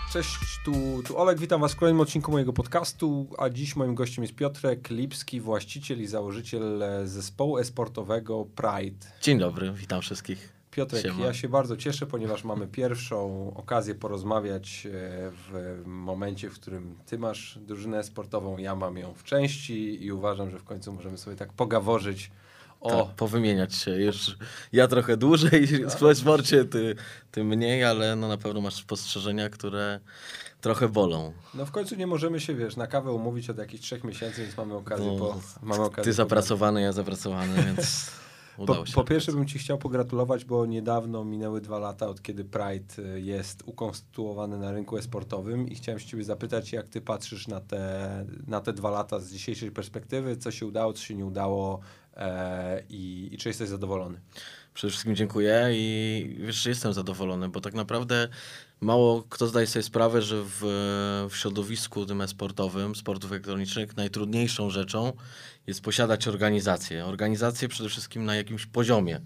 Cześć, tu Olek, witam Was w kolejnym odcinku mojego podcastu, a dziś moim gościem jest Piotrek Lipski, właściciel i założyciel zespołu e-sportowego Pride. Dzień dobry, witam wszystkich. Piotrek, Siema. Ja się bardzo cieszę, ponieważ mamy pierwszą okazję porozmawiać w momencie, w którym Ty masz drużynę sportową, ja mam ją w części i uważam, że w końcu możemy sobie tak pogaworzyć Tak, powymieniać się. Już ja trochę dłużej w sporcie, ty mniej, ale no na pewno masz spostrzeżenia, które trochę bolą. No w końcu nie możemy się, na kawę umówić od jakichś 3 miesięcy, więc mamy okazję Ty zapracowany, ja zapracowany, więc udało się. Po pierwsze bym Ci chciał pogratulować, bo niedawno minęły 2 lata, od kiedy Pride jest ukonstytuowany na rynku e-sportowym i chciałem się Ciebie zapytać, jak Ty patrzysz na te 2 lata z dzisiejszej perspektywy, co się udało, co się nie udało i czy jesteś zadowolony? Przede wszystkim dziękuję i wiesz, że jestem zadowolony, bo tak naprawdę mało kto zdaje sobie sprawę, że w środowisku tym e-sportowym, sportów elektronicznych, najtrudniejszą rzeczą jest posiadać organizację. Organizację przede wszystkim na jakimś poziomie,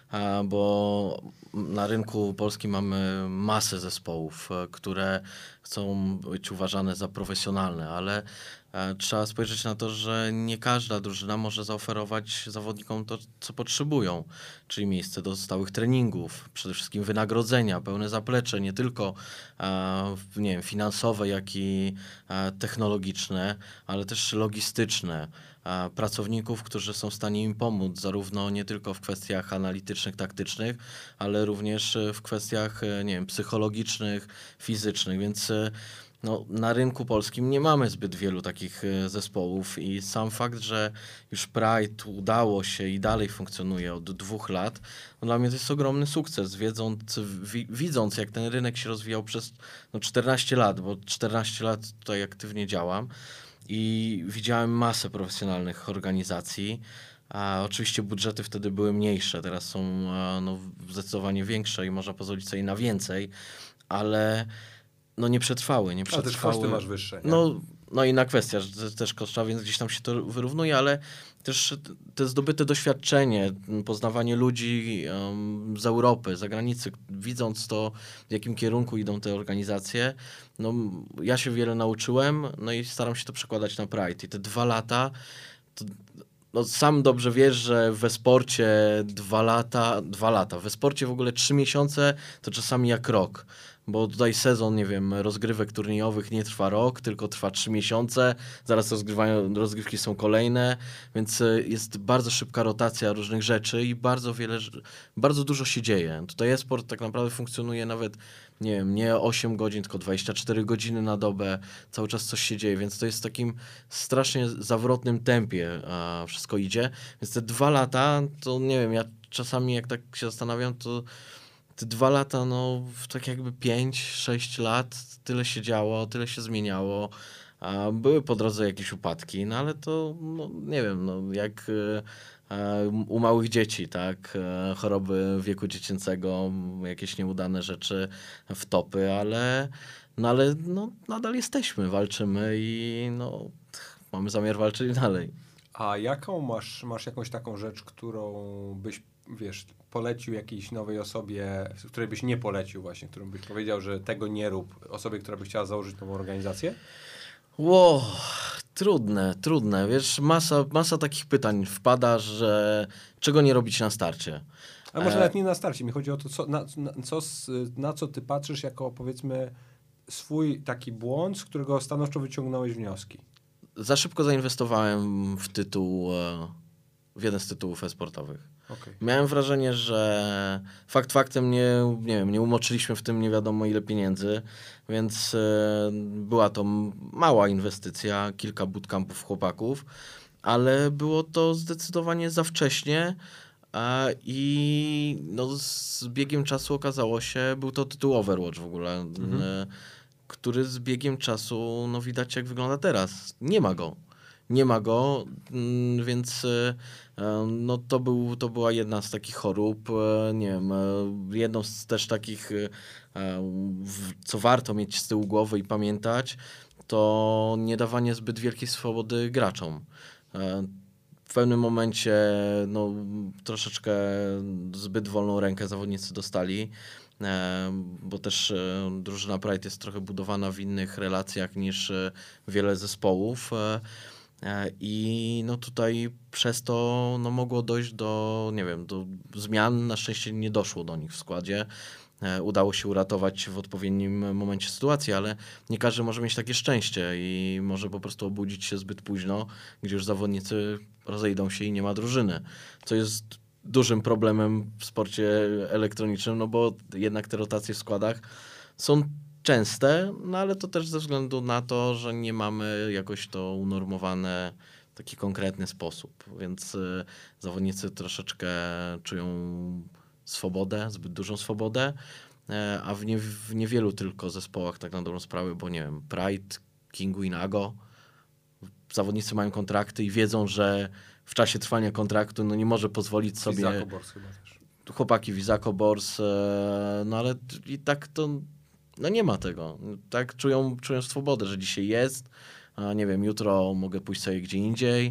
bo na rynku polskim mamy masę zespołów, które chcą być uważane za profesjonalne, ale trzeba spojrzeć na to, że nie każda drużyna może zaoferować zawodnikom to, co potrzebują, czyli miejsce do stałych treningów, przede wszystkim wynagrodzenia, pełne zaplecze, nie tylko nie wiem, finansowe, jak i technologiczne, ale też logistyczne. Pracowników, którzy są w stanie im pomóc, zarówno nie tylko w kwestiach analitycznych, taktycznych, ale również w kwestiach, nie wiem, psychologicznych, fizycznych, więc no, na rynku polskim nie mamy zbyt wielu takich zespołów i sam fakt, że już Pride udało się i dalej funkcjonuje od 2 lat, no, dla mnie to jest ogromny sukces, widząc jak ten rynek się rozwijał przez 14 lat, bo 14 lat tutaj aktywnie działam i widziałem masę profesjonalnych organizacji. Oczywiście budżety wtedy były mniejsze, teraz są zdecydowanie większe i można pozwolić sobie na więcej, ale no nie przetrwały. Ale też koszty masz wyższe, nie? No inna kwestia, że też koszta, więc gdzieś tam się to wyrównuje, ale też te zdobyte doświadczenie, poznawanie ludzi z Europy, z zagranicy, widząc to, w jakim kierunku idą te organizacje, no ja się wiele nauczyłem, no i staram się to przekładać na Pride. I te 2 lata, no sam dobrze wiesz, że w e-sporcie 2 lata, w e-sporcie w ogóle 3 miesiące to czasami jak rok. Bo tutaj sezon, nie wiem, rozgrywek turniejowych nie trwa rok, tylko trwa 3 miesiące, zaraz rozgrywki są kolejne, więc jest bardzo szybka rotacja różnych rzeczy i bardzo dużo się dzieje. Tutaj e-sport tak naprawdę funkcjonuje nawet, nie wiem, nie 8 godzin, tylko 24 godziny na dobę, cały czas coś się dzieje, więc to jest w takim strasznie zawrotnym tempie wszystko idzie, więc te 2 lata, to nie wiem, ja czasami jak tak się zastanawiam, to te 2 lata, no tak jakby 5-6 lat, tyle się działo, tyle się zmieniało. Były po drodze jakieś upadki, no ale to, no, nie wiem, no, jak u małych dzieci, tak? Choroby wieku dziecięcego, jakieś nieudane rzeczy, wtopy, ale nadal jesteśmy, walczymy i no, mamy zamiar walczyć dalej. A jaką masz jakąś taką rzecz, którą byś, polecił jakiejś nowej osobie, której byś nie polecił właśnie, którą byś powiedział, że tego nie rób, osobie, która by chciała założyć nową organizację? Wow, trudne. Wiesz, masa takich pytań wpada, że czego nie robić na starcie. A może nawet nie na starcie, mi chodzi o to, na co ty patrzysz jako, powiedzmy, swój taki błąd, z którego stanowczo wyciągnąłeś wnioski. Za szybko zainwestowałem w jeden z tytułów e-sportowych. Okay. Miałem wrażenie, że faktem nie umoczyliśmy w tym nie wiadomo ile pieniędzy, więc była to mała inwestycja, kilka bootcampów chłopaków, ale było to zdecydowanie za wcześnie i no, z biegiem czasu okazało się, był to tytuł Overwatch w ogóle, który z biegiem czasu, no widać jak wygląda teraz. Nie ma go, więc no to była jedna z takich chorób, nie wiem, jedną z też takich, co warto mieć z tyłu głowy i pamiętać, to nie dawanie zbyt wielkiej swobody graczom. W pewnym momencie no, troszeczkę zbyt wolną rękę zawodnicy dostali bo też drużyna Pride jest trochę budowana w innych relacjach niż wiele zespołów. I no tutaj przez to no mogło dojść do, nie wiem, do zmian. Na szczęście nie doszło do nich w składzie. Udało się uratować w odpowiednim momencie sytuację, ale nie każdy może mieć takie szczęście i może po prostu obudzić się zbyt późno, gdzie już zawodnicy rozejdą się i nie ma drużyny, co jest dużym problemem w sporcie elektronicznym, no bo jednak te rotacje w składach są częste, no ale to też ze względu na to, że nie mamy jakoś to unormowane w taki konkretny sposób, więc zawodnicy troszeczkę czują swobodę, zbyt dużą swobodę, a w niewielu tylko zespołach tak na dobrą sprawę, bo nie wiem, Pride, Kinguin, Ago, zawodnicy mają kontrakty i wiedzą, że w czasie trwania kontraktu no nie może pozwolić sobie... Vizako Bors chyba też. Chłopaki Vizako Bors, no ale i tak to no nie ma tego. Tak czują swobodę, że dzisiaj jest, a nie wiem, jutro mogę pójść sobie gdzie indziej.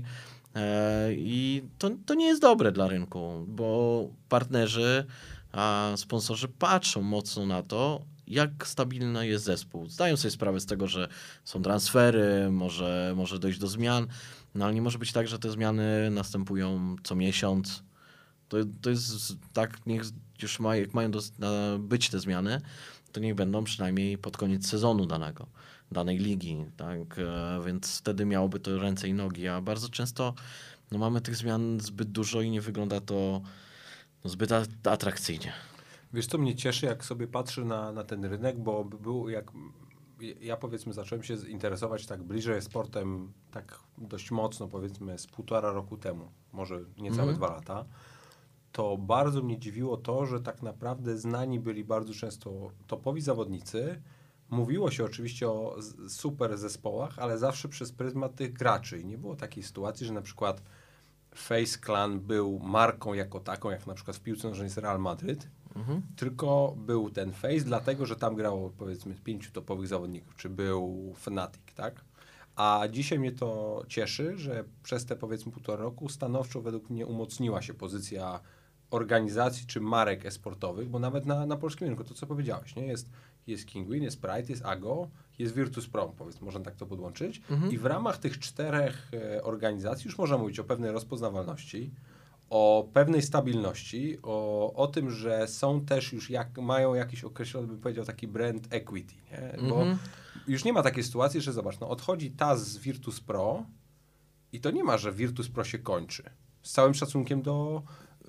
I to nie jest dobre dla rynku, bo partnerzy, a sponsorzy patrzą mocno na to, jak stabilny jest zespół. Zdają sobie sprawę z tego, że są transfery, może dojść do zmian, no ale nie może być tak, że te zmiany następują co miesiąc. To jest tak, niech już jak mają być te zmiany, to niech będą przynajmniej pod koniec sezonu danej ligi, tak, więc wtedy miałoby to ręce i nogi, a bardzo często no, mamy tych zmian zbyt dużo i nie wygląda to zbyt atrakcyjnie. Wiesz, co mnie cieszy, jak sobie patrzę na ten rynek, bo był jak... Ja powiedzmy zacząłem się interesować tak bliżej sportem tak dość mocno, powiedzmy z 1,5 roku temu, może niecałe 2 lata. To bardzo mnie dziwiło to, że tak naprawdę znani byli bardzo często topowi zawodnicy. Mówiło się oczywiście o super zespołach, ale zawsze przez pryzmat tych graczy. I nie było takiej sytuacji, że na przykład Face Clan był marką jako taką, jak na przykład w piłce nożnej jest Real Madryt, tylko był ten Face, dlatego że tam grało powiedzmy 5 topowych zawodników, czy był Fnatic, tak? A dzisiaj mnie to cieszy, że przez te powiedzmy 1,5 roku stanowczo według mnie umocniła się pozycja organizacji czy marek e-sportowych, bo nawet na polskim rynku, to co powiedziałeś, nie? Jest Kinguin, jest Pride, jest Ago, jest Virtus.pro, powiedzmy, można tak to podłączyć. I w ramach tych 4 organizacji już można mówić o pewnej rozpoznawalności, o pewnej stabilności, o tym, że są też już, mają jakiś określony, bym powiedział, taki brand equity, nie? Bo już nie ma takiej sytuacji, że zobacz, no odchodzi Taz z Virtus.pro i to nie ma, że Virtus.pro się kończy. Z całym szacunkiem do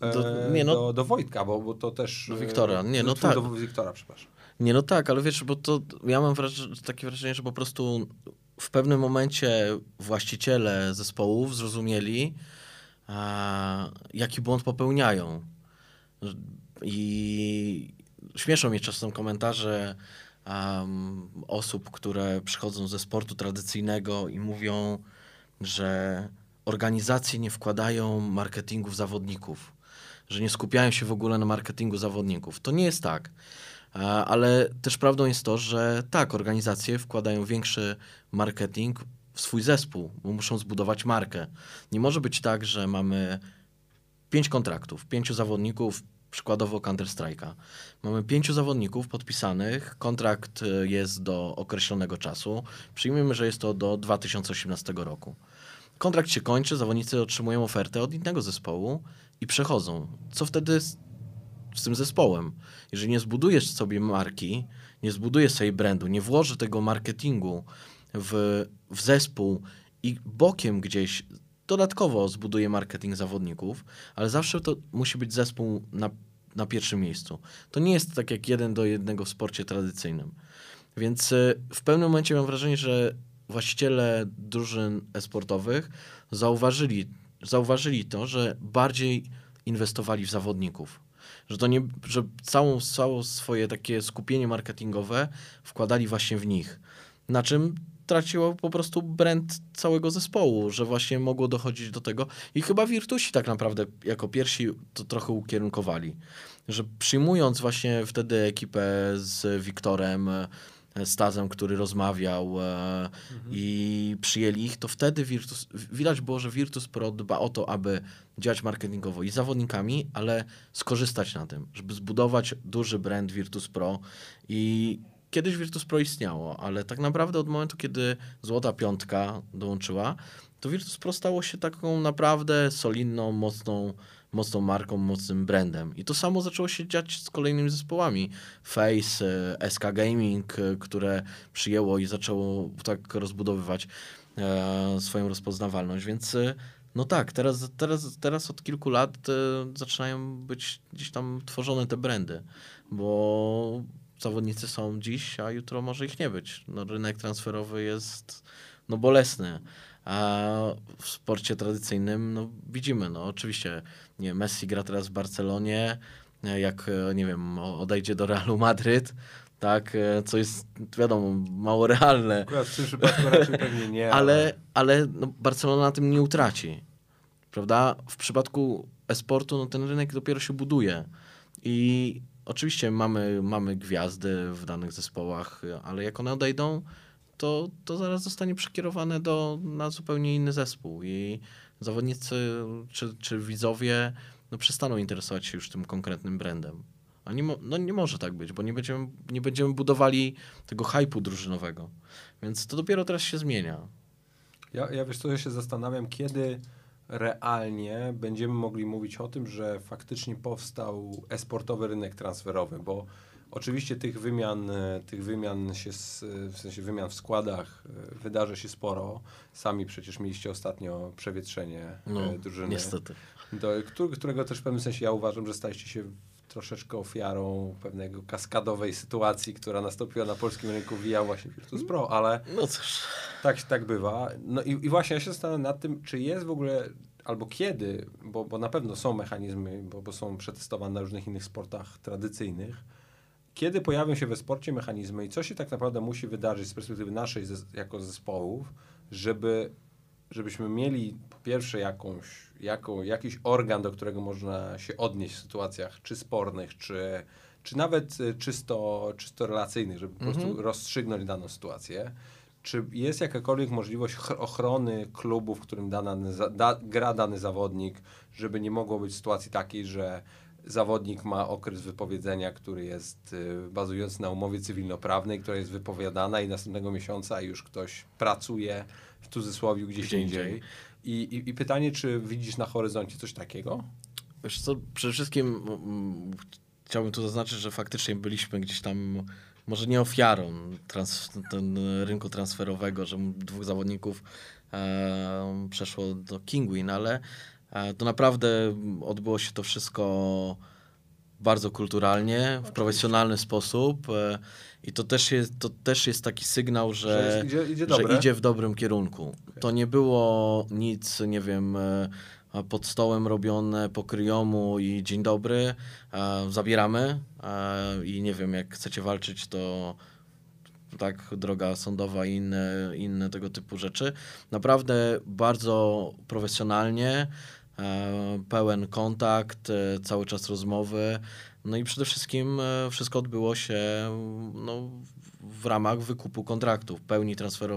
Wojtka, bo to też... Do Wiktora, tak. Do Wiktora, przepraszam. No tak, ale wiesz, bo to ja mam takie wrażenie, że po prostu w pewnym momencie właściciele zespołów zrozumieli, jaki błąd popełniają. I śmieszą mnie czasem komentarze osób, które przychodzą ze sportu tradycyjnego i mówią, że organizacje nie wkładają marketingu w zawodników, że nie skupiają się w ogóle na marketingu zawodników. To nie jest tak. Ale też prawdą jest to, że tak, organizacje wkładają większy marketing w swój zespół, bo muszą zbudować markę. Nie może być tak, że mamy 5 kontraktów, 5 zawodników, przykładowo Counter-Strike'a. Mamy 5 zawodników podpisanych, kontrakt jest do określonego czasu. Przyjmijmy, że jest to do 2018 roku. Kontrakt się kończy, zawodnicy otrzymują ofertę od innego zespołu i przechodzą. Co wtedy z tym zespołem? Jeżeli nie zbudujesz sobie marki, nie zbudujesz sobie brandu, nie włoży tego marketingu w zespół i bokiem gdzieś dodatkowo zbuduje marketing zawodników, ale zawsze to musi być zespół na pierwszym miejscu. To nie jest tak jak 1:1 w sporcie tradycyjnym. Więc w pewnym momencie mam wrażenie, że właściciele drużyn e-sportowych zauważyli to, że bardziej inwestowali w zawodników. Że całe swoje takie skupienie marketingowe wkładali właśnie w nich. Na czym traciło po prostu brand całego zespołu, że właśnie mogło dochodzić do tego. I chyba Virtusi tak naprawdę jako pierwsi to trochę ukierunkowali. Że przyjmując właśnie wtedy ekipę z Wiktorem, Stazem, który rozmawiał i przyjęli ich, to wtedy widać było, że Virtus Pro dba o to, aby działać marketingowo i z zawodnikami, ale skorzystać na tym, żeby zbudować duży brand Virtus Pro. I kiedyś Virtus Pro istniało, ale tak naprawdę od momentu, kiedy Złota Piątka dołączyła, to Virtus Pro stało się taką naprawdę solidną, mocną marką, mocnym brandem. I to samo zaczęło się dziać z kolejnymi zespołami. Face, SK Gaming, które przyjęło i zaczęło tak rozbudowywać swoją rozpoznawalność. Więc no tak, teraz od kilku lat zaczynają być gdzieś tam tworzone te brandy, bo zawodnicy są dziś, a jutro może ich nie być. No, rynek transferowy jest bolesny. A w sporcie tradycyjnym widzimy, oczywiście Messi gra teraz w Barcelonie, jak nie wiem, odejdzie do Realu Madryt, tak, co jest wiadomo, mało realne. Akurat w tym przypadku raczej pewnie nie. Ale Barcelona na tym nie utraci, prawda? W przypadku e-sportu ten rynek dopiero się buduje i oczywiście mamy gwiazdy w danych zespołach, ale jak one odejdą, to zaraz zostanie przekierowane na zupełnie inny zespół i zawodnicy czy widzowie przestaną interesować się już tym konkretnym brandem. A nie może tak być, bo nie będziemy budowali tego hype'u drużynowego. Więc to dopiero teraz się zmienia. Ja wiesz co, ja się zastanawiam, kiedy realnie będziemy mogli mówić o tym, że faktycznie powstał e-sportowy rynek transferowy, bo oczywiście tych wymian w sensie wymian w składach wydarzy się sporo. Sami przecież mieliście ostatnio przewietrzenie drużyny. Niestety. Którego też w pewnym sensie ja uważam, że staliście się troszeczkę ofiarą pewnego kaskadowej sytuacji, która nastąpiła na polskim rynku via właśnie Virtus Pro, ale no cóż. Tak bywa. No i właśnie ja się zastanawiam nad tym, czy jest w ogóle, albo kiedy, bo na pewno są mechanizmy, bo są przetestowane na różnych innych sportach tradycyjnych, kiedy pojawią się we sporcie mechanizmy i co się tak naprawdę musi wydarzyć z perspektywy naszej jako zespołów, żebyśmy mieli po pierwsze jakiś organ, do którego można się odnieść w sytuacjach czy spornych, czy nawet czysto relacyjnych, żeby po prostu rozstrzygnąć daną sytuację. Czy jest jakakolwiek możliwość ochrony klubu, w którym gra dany zawodnik, żeby nie mogło być sytuacji takiej, że zawodnik ma okres wypowiedzenia, który jest bazujący na umowie cywilnoprawnej, która jest wypowiadana i następnego miesiąca już ktoś pracuje w cudzysłowie gdzieś indziej. I pytanie, czy widzisz na horyzoncie coś takiego? Wiesz co, przede wszystkim chciałbym tu zaznaczyć, że faktycznie byliśmy gdzieś tam, może nie ofiarą rynku transferowego, że 2 zawodników przeszło do Kinguin, ale to naprawdę odbyło się to wszystko bardzo kulturalnie, w profesjonalny sposób i to też jest taki sygnał, że idzie w dobrym kierunku. Okay. To nie było nic, nie wiem, pod stołem robione po kryjomu i dzień dobry, zabieramy i nie wiem, jak chcecie walczyć, to tak, droga sądowa i inne tego typu rzeczy. Naprawdę bardzo profesjonalnie, pełen kontakt, cały czas rozmowy. No i przede wszystkim wszystko odbyło się w ramach wykupu kontraktów, pełni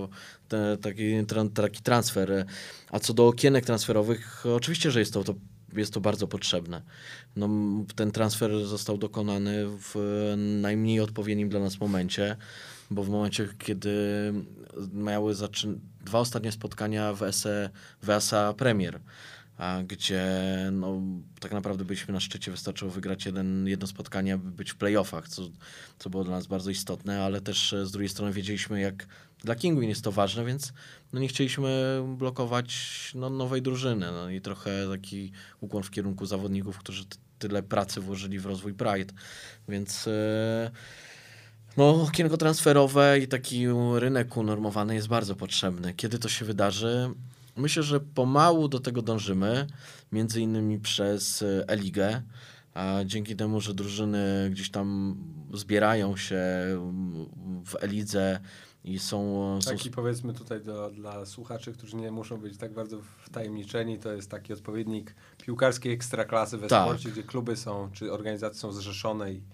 taki transfer. A co do okienek transferowych, oczywiście, że jest to bardzo potrzebne. Ten transfer został dokonany w najmniej odpowiednim dla nas momencie, bo w momencie, kiedy miały 2 ostatnie spotkania w ESA Premier, gdzie tak naprawdę byliśmy na szczycie, wystarczyło wygrać jedno spotkanie, aby być w playoffach, co było dla nas bardzo istotne, ale też z drugiej strony wiedzieliśmy, jak dla Kinguin jest to ważne, więc nie chcieliśmy blokować nowej drużyny i trochę taki ukłon w kierunku zawodników, którzy tyle pracy włożyli w rozwój Pride, więc okienko transferowe i taki rynek unormowany jest bardzo potrzebny. Kiedy to się wydarzy? Myślę, że pomału do tego dążymy, między innymi przez E-ligę, a dzięki temu, że drużyny gdzieś tam zbierają się w E-lidze i są... Taki powiedzmy tutaj dla słuchaczy, którzy nie muszą być tak bardzo wtajemniczeni, to jest taki odpowiednik piłkarskiej ekstraklasy we sporcie, gdzie kluby są, czy organizacje są zrzeszone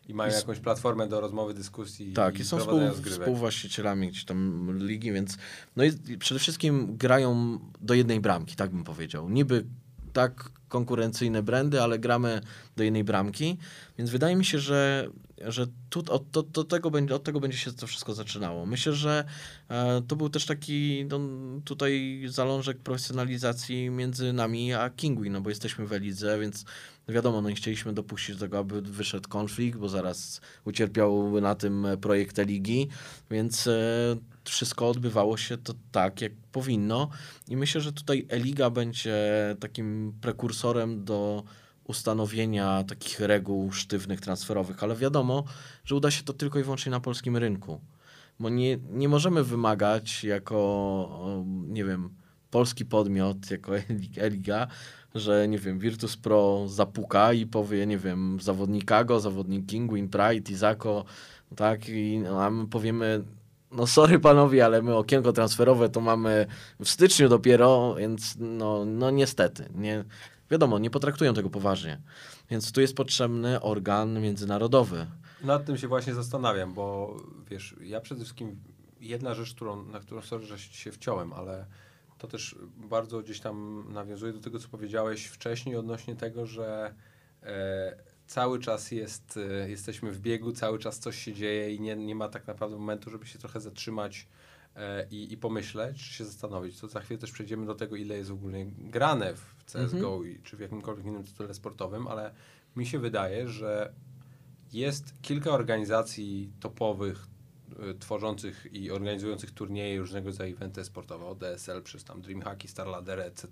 i mają jakąś platformę do rozmowy, dyskusji Tak, i i są prowadzenia rozgrywek. współwłaścicielami gdzieś tam ligi, więc no i przede wszystkim grają do jednej bramki, tak bym powiedział. Niby tak konkurencyjne brandy, ale gramy do jednej bramki, więc wydaje mi się, że tu, od tego będzie się to wszystko zaczynało. Myślę, że to był też taki tutaj zalążek profesjonalizacji między nami a Kingwin, no bo jesteśmy w Elidze, więc wiadomo, no nie chcieliśmy dopuścić do tego, aby wyszedł konflikt, bo zaraz ucierpiał na tym projekt ligi, więc wszystko odbywało się to tak, jak powinno i myślę, że tutaj E-Liga będzie takim prekursorem do ustanowienia takich reguł sztywnych, transferowych, ale wiadomo, że uda się to tylko i wyłącznie na polskim rynku, bo nie możemy wymagać jako, nie wiem, polski podmiot, jako E-Liga, że, nie wiem, Virtus Pro zapuka i powie, nie wiem, zawodnik Kago, zawodnik Kingwin, Pride, Izako, tak, a my powiemy, no sorry panowie, ale my okienko transferowe to mamy w styczniu dopiero, więc no niestety, wiadomo, nie potraktują tego poważnie. Więc tu jest potrzebny organ międzynarodowy. Nad tym się właśnie zastanawiam, bo wiesz, ja przede wszystkim jedna rzecz, na którą sorry, że się wciąłem, ale to też bardzo gdzieś tam nawiązuje do tego, co powiedziałeś wcześniej odnośnie tego, że cały czas jesteśmy w biegu, cały czas coś się dzieje i nie ma tak naprawdę momentu, żeby się trochę zatrzymać i pomyśleć, czy się zastanowić. To za chwilę też przejdziemy do tego, ile jest ogólnie grane w CSGO czy w jakimkolwiek innym tytule sportowym, ale mi się wydaje, że jest kilka organizacji topowych, tworzących i organizujących turnieje różnego rodzaju eventy sportowe, od DSL przez tam Dreamhacki, StarLadder, etc.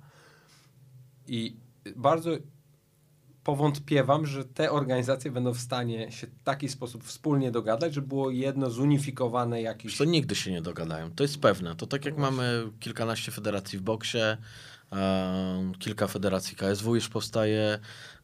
I bardzo powątpiewam, że te organizacje będą w stanie się w taki sposób wspólnie dogadać, żeby było jedno zunifikowane jakieś... To nigdy się nie dogadają, to jest pewne. To tak jak mamy kilkanaście federacji w boksie, kilka federacji KSW już powstaje.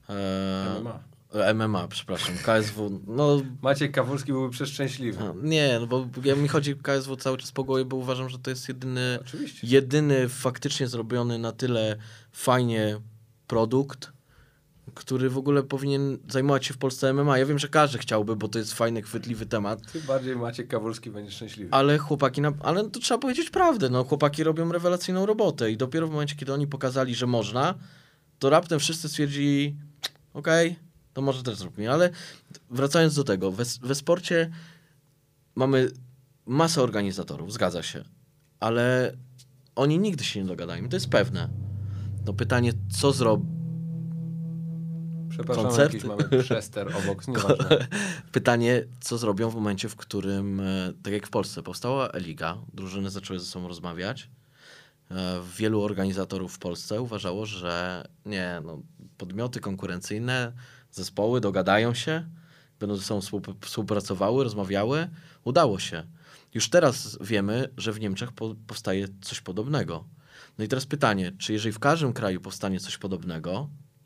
MMA, przepraszam, KSW, no... Maciek Kawulski byłby przeszczęśliwy. Nie, no bo mi chodzi KSW cały czas po głowie, bo uważam, że to jest Oczywiście. jedyny faktycznie zrobiony na tyle fajnie produkt, który w ogóle powinien zajmować się w Polsce MMA. Ja wiem, że każdy chciałby, bo to jest fajny, chwytliwy temat. Tym bardziej Maciek Kawulski będzie szczęśliwy. Ale chłopaki, ale to trzeba powiedzieć prawdę, no chłopaki robią rewelacyjną robotę i dopiero w momencie, kiedy oni pokazali, że można, to raptem wszyscy stwierdzili, okej, to może też zróbmy. Ale wracając do tego, we sporcie mamy masę organizatorów, zgadza się, ale oni nigdy się nie dogadają, to jest pewne. No pytanie, co zrobi... Przepraszam, koncert? jakiś mamy przester obok, nieważne. Pytanie, co zrobią w momencie, w którym, tak jak w Polsce, powstała E-Liga, drużyny zaczęły ze sobą rozmawiać. Wielu organizatorów w Polsce uważało, że nie, no, podmioty konkurencyjne, zespoły dogadają się, będą ze sobą współpracowały, rozmawiały. Udało się. Już teraz wiemy, że w Niemczech powstaje coś podobnego. No i teraz pytanie, czy jeżeli w każdym kraju powstanie coś podobnego,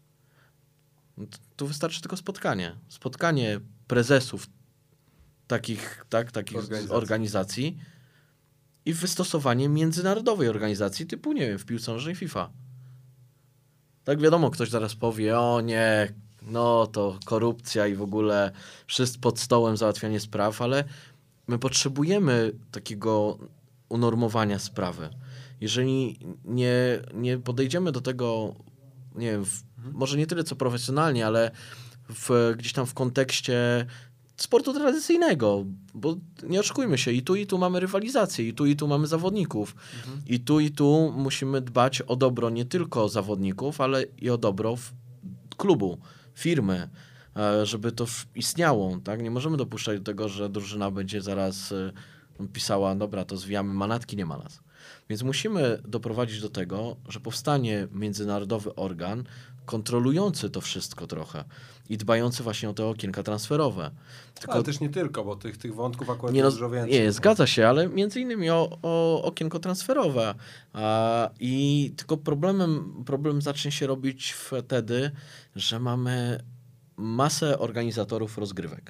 to wystarczy tylko spotkanie. Spotkanie prezesów takich organizacji i wystosowanie międzynarodowej organizacji typu, nie wiem, w piłce nożnej FIFA. Tak wiadomo, ktoś zaraz powie, o nie, no to korupcja i w ogóle wszystko pod stołem załatwianie spraw, ale my potrzebujemy takiego unormowania sprawy. Jeżeli nie podejdziemy do tego, nie wiem, może nie tyle co profesjonalnie, ale gdzieś tam w kontekście sportu tradycyjnego, bo nie oszukujmy się, i tu mamy rywalizację, i tu mamy zawodników. I tu musimy dbać o dobro nie tylko zawodników, ale i o dobro klubu, firmy, żeby to istniało. Tak? Nie możemy dopuszczać do tego, że drużyna będzie zaraz pisała, dobra, to zwijamy manatki, nie ma nas. Więc musimy doprowadzić do tego, że powstanie międzynarodowy organ kontrolujący to wszystko trochę i dbający właśnie o te okienka transferowe. Ale też nie tylko, bo tych wątków akurat jest dużo więcej. Nie, zgadza się, ale między innymi o okienko transferowe. I tylko problem zacznie się robić wtedy, że mamy masę organizatorów rozgrywek.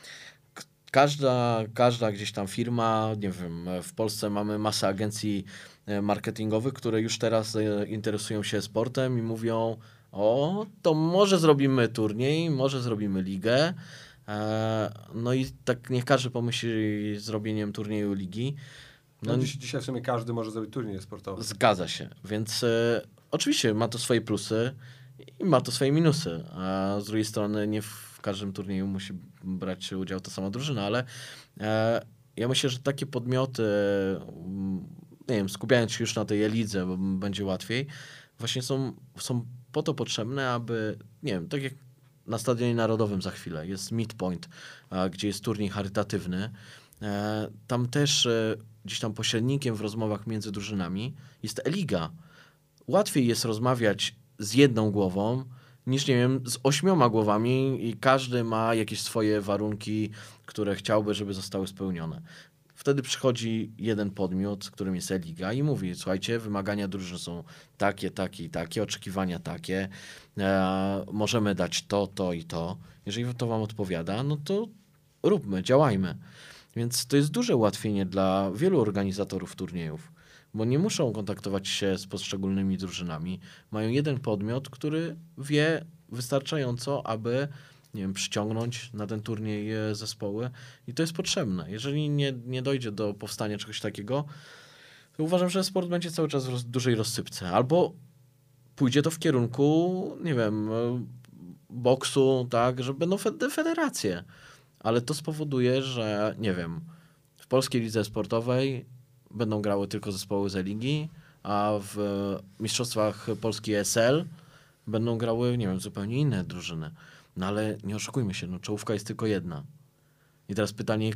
Każda gdzieś tam firma, nie wiem, w Polsce mamy masę agencji marketingowych, które już teraz interesują się sportem i mówią, o, to może zrobimy turniej, może zrobimy ligę, No i tak niech każdy pomyśli zrobieniem turnieju ligi. No dzisiaj w sumie każdy może zrobić turniej sportowy. Zgadza się, więc oczywiście ma to swoje plusy i ma to swoje minusy, a z drugiej strony nie w każdym turnieju musi brać udział ta sama drużyna, ale ja myślę, że takie podmioty, nie wiem, skupiając się już na tej lidze, bo będzie łatwiej, właśnie są po to potrzebne, aby, nie wiem, tak jak na Stadionie Narodowym za chwilę jest Midpoint, gdzie jest turniej charytatywny, tam też gdzieś tam pośrednikiem w rozmowach między drużynami jest E-Liga. Łatwiej jest rozmawiać z jedną głową niż, nie wiem, z 8 głowami i każdy ma jakieś swoje warunki, które chciałby, żeby zostały spełnione. Wtedy przychodzi jeden podmiot, którym jest E-Liga i mówi, słuchajcie, wymagania drużyn są takie, takie i takie, oczekiwania takie, możemy dać to i to. Jeżeli to wam odpowiada, no to róbmy, działajmy. Więc to jest duże ułatwienie dla wielu organizatorów turniejów, bo nie muszą kontaktować się z poszczególnymi drużynami. Mają jeden podmiot, który wie wystarczająco, aby, nie wiem, przyciągnąć na ten turniej zespoły i to jest potrzebne. Jeżeli nie dojdzie do powstania czegoś takiego, to uważam, że sport będzie cały czas w dużej rozsypce. Albo pójdzie to w kierunku, nie wiem, boksu, tak, że będą federacje. Ale to spowoduje, że, nie wiem, w polskiej lidze sportowej będą grały tylko zespoły z E-Ligi, a w mistrzostwach Polski ESL będą grały, nie wiem, zupełnie inne drużyny. No ale nie oszukujmy się, no czołówka jest tylko jedna. I teraz pytanie...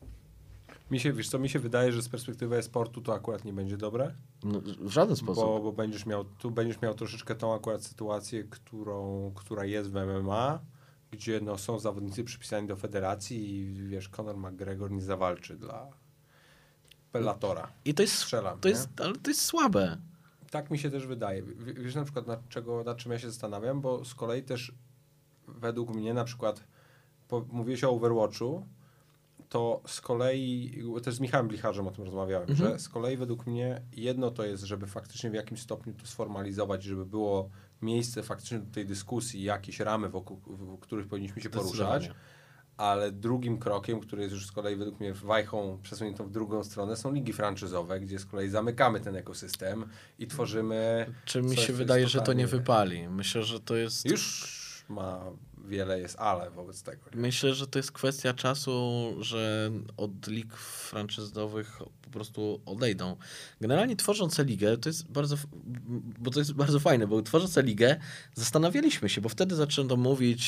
Mi się wydaje, że z perspektywy e-sportu to akurat nie będzie dobre. No, w żaden sposób. Bo będziesz miał troszeczkę tą akurat sytuację, która jest w MMA, gdzie no, są zawodnicy przypisani do federacji i wiesz, Conor McGregor nie zawalczy dla Bellatora. I to jest, Strzelam, ale to jest słabe. Tak mi się też wydaje. Wiesz na przykład nad czym ja się zastanawiam, bo z kolei też według mnie na przykład mówiłeś o Overwatchu, to z kolei, też z Michałem Blicharzem o tym rozmawiałem, że z kolei według mnie jedno to jest, żeby faktycznie w jakimś stopniu to sformalizować, żeby było miejsce faktycznie do tej dyskusji, jakieś ramy, wokół których powinniśmy się poruszać, ale drugim krokiem, który jest już z kolei według mnie wajchą przesuniętą w drugą stronę, są ligi franczyzowe, gdzie z kolei zamykamy ten ekosystem i tworzymy... Czy mi się wydaje, że to nie wypali. Myślę, że to jest... Już wiele jest ale wobec tego. Nie? Myślę, że to jest kwestia czasu, że od lig franczyzowych po prostu odejdą. Generalnie tworząc ligę, to jest bardzo fajne, bo tworząc ligę zastanawialiśmy się, bo wtedy zaczęto mówić,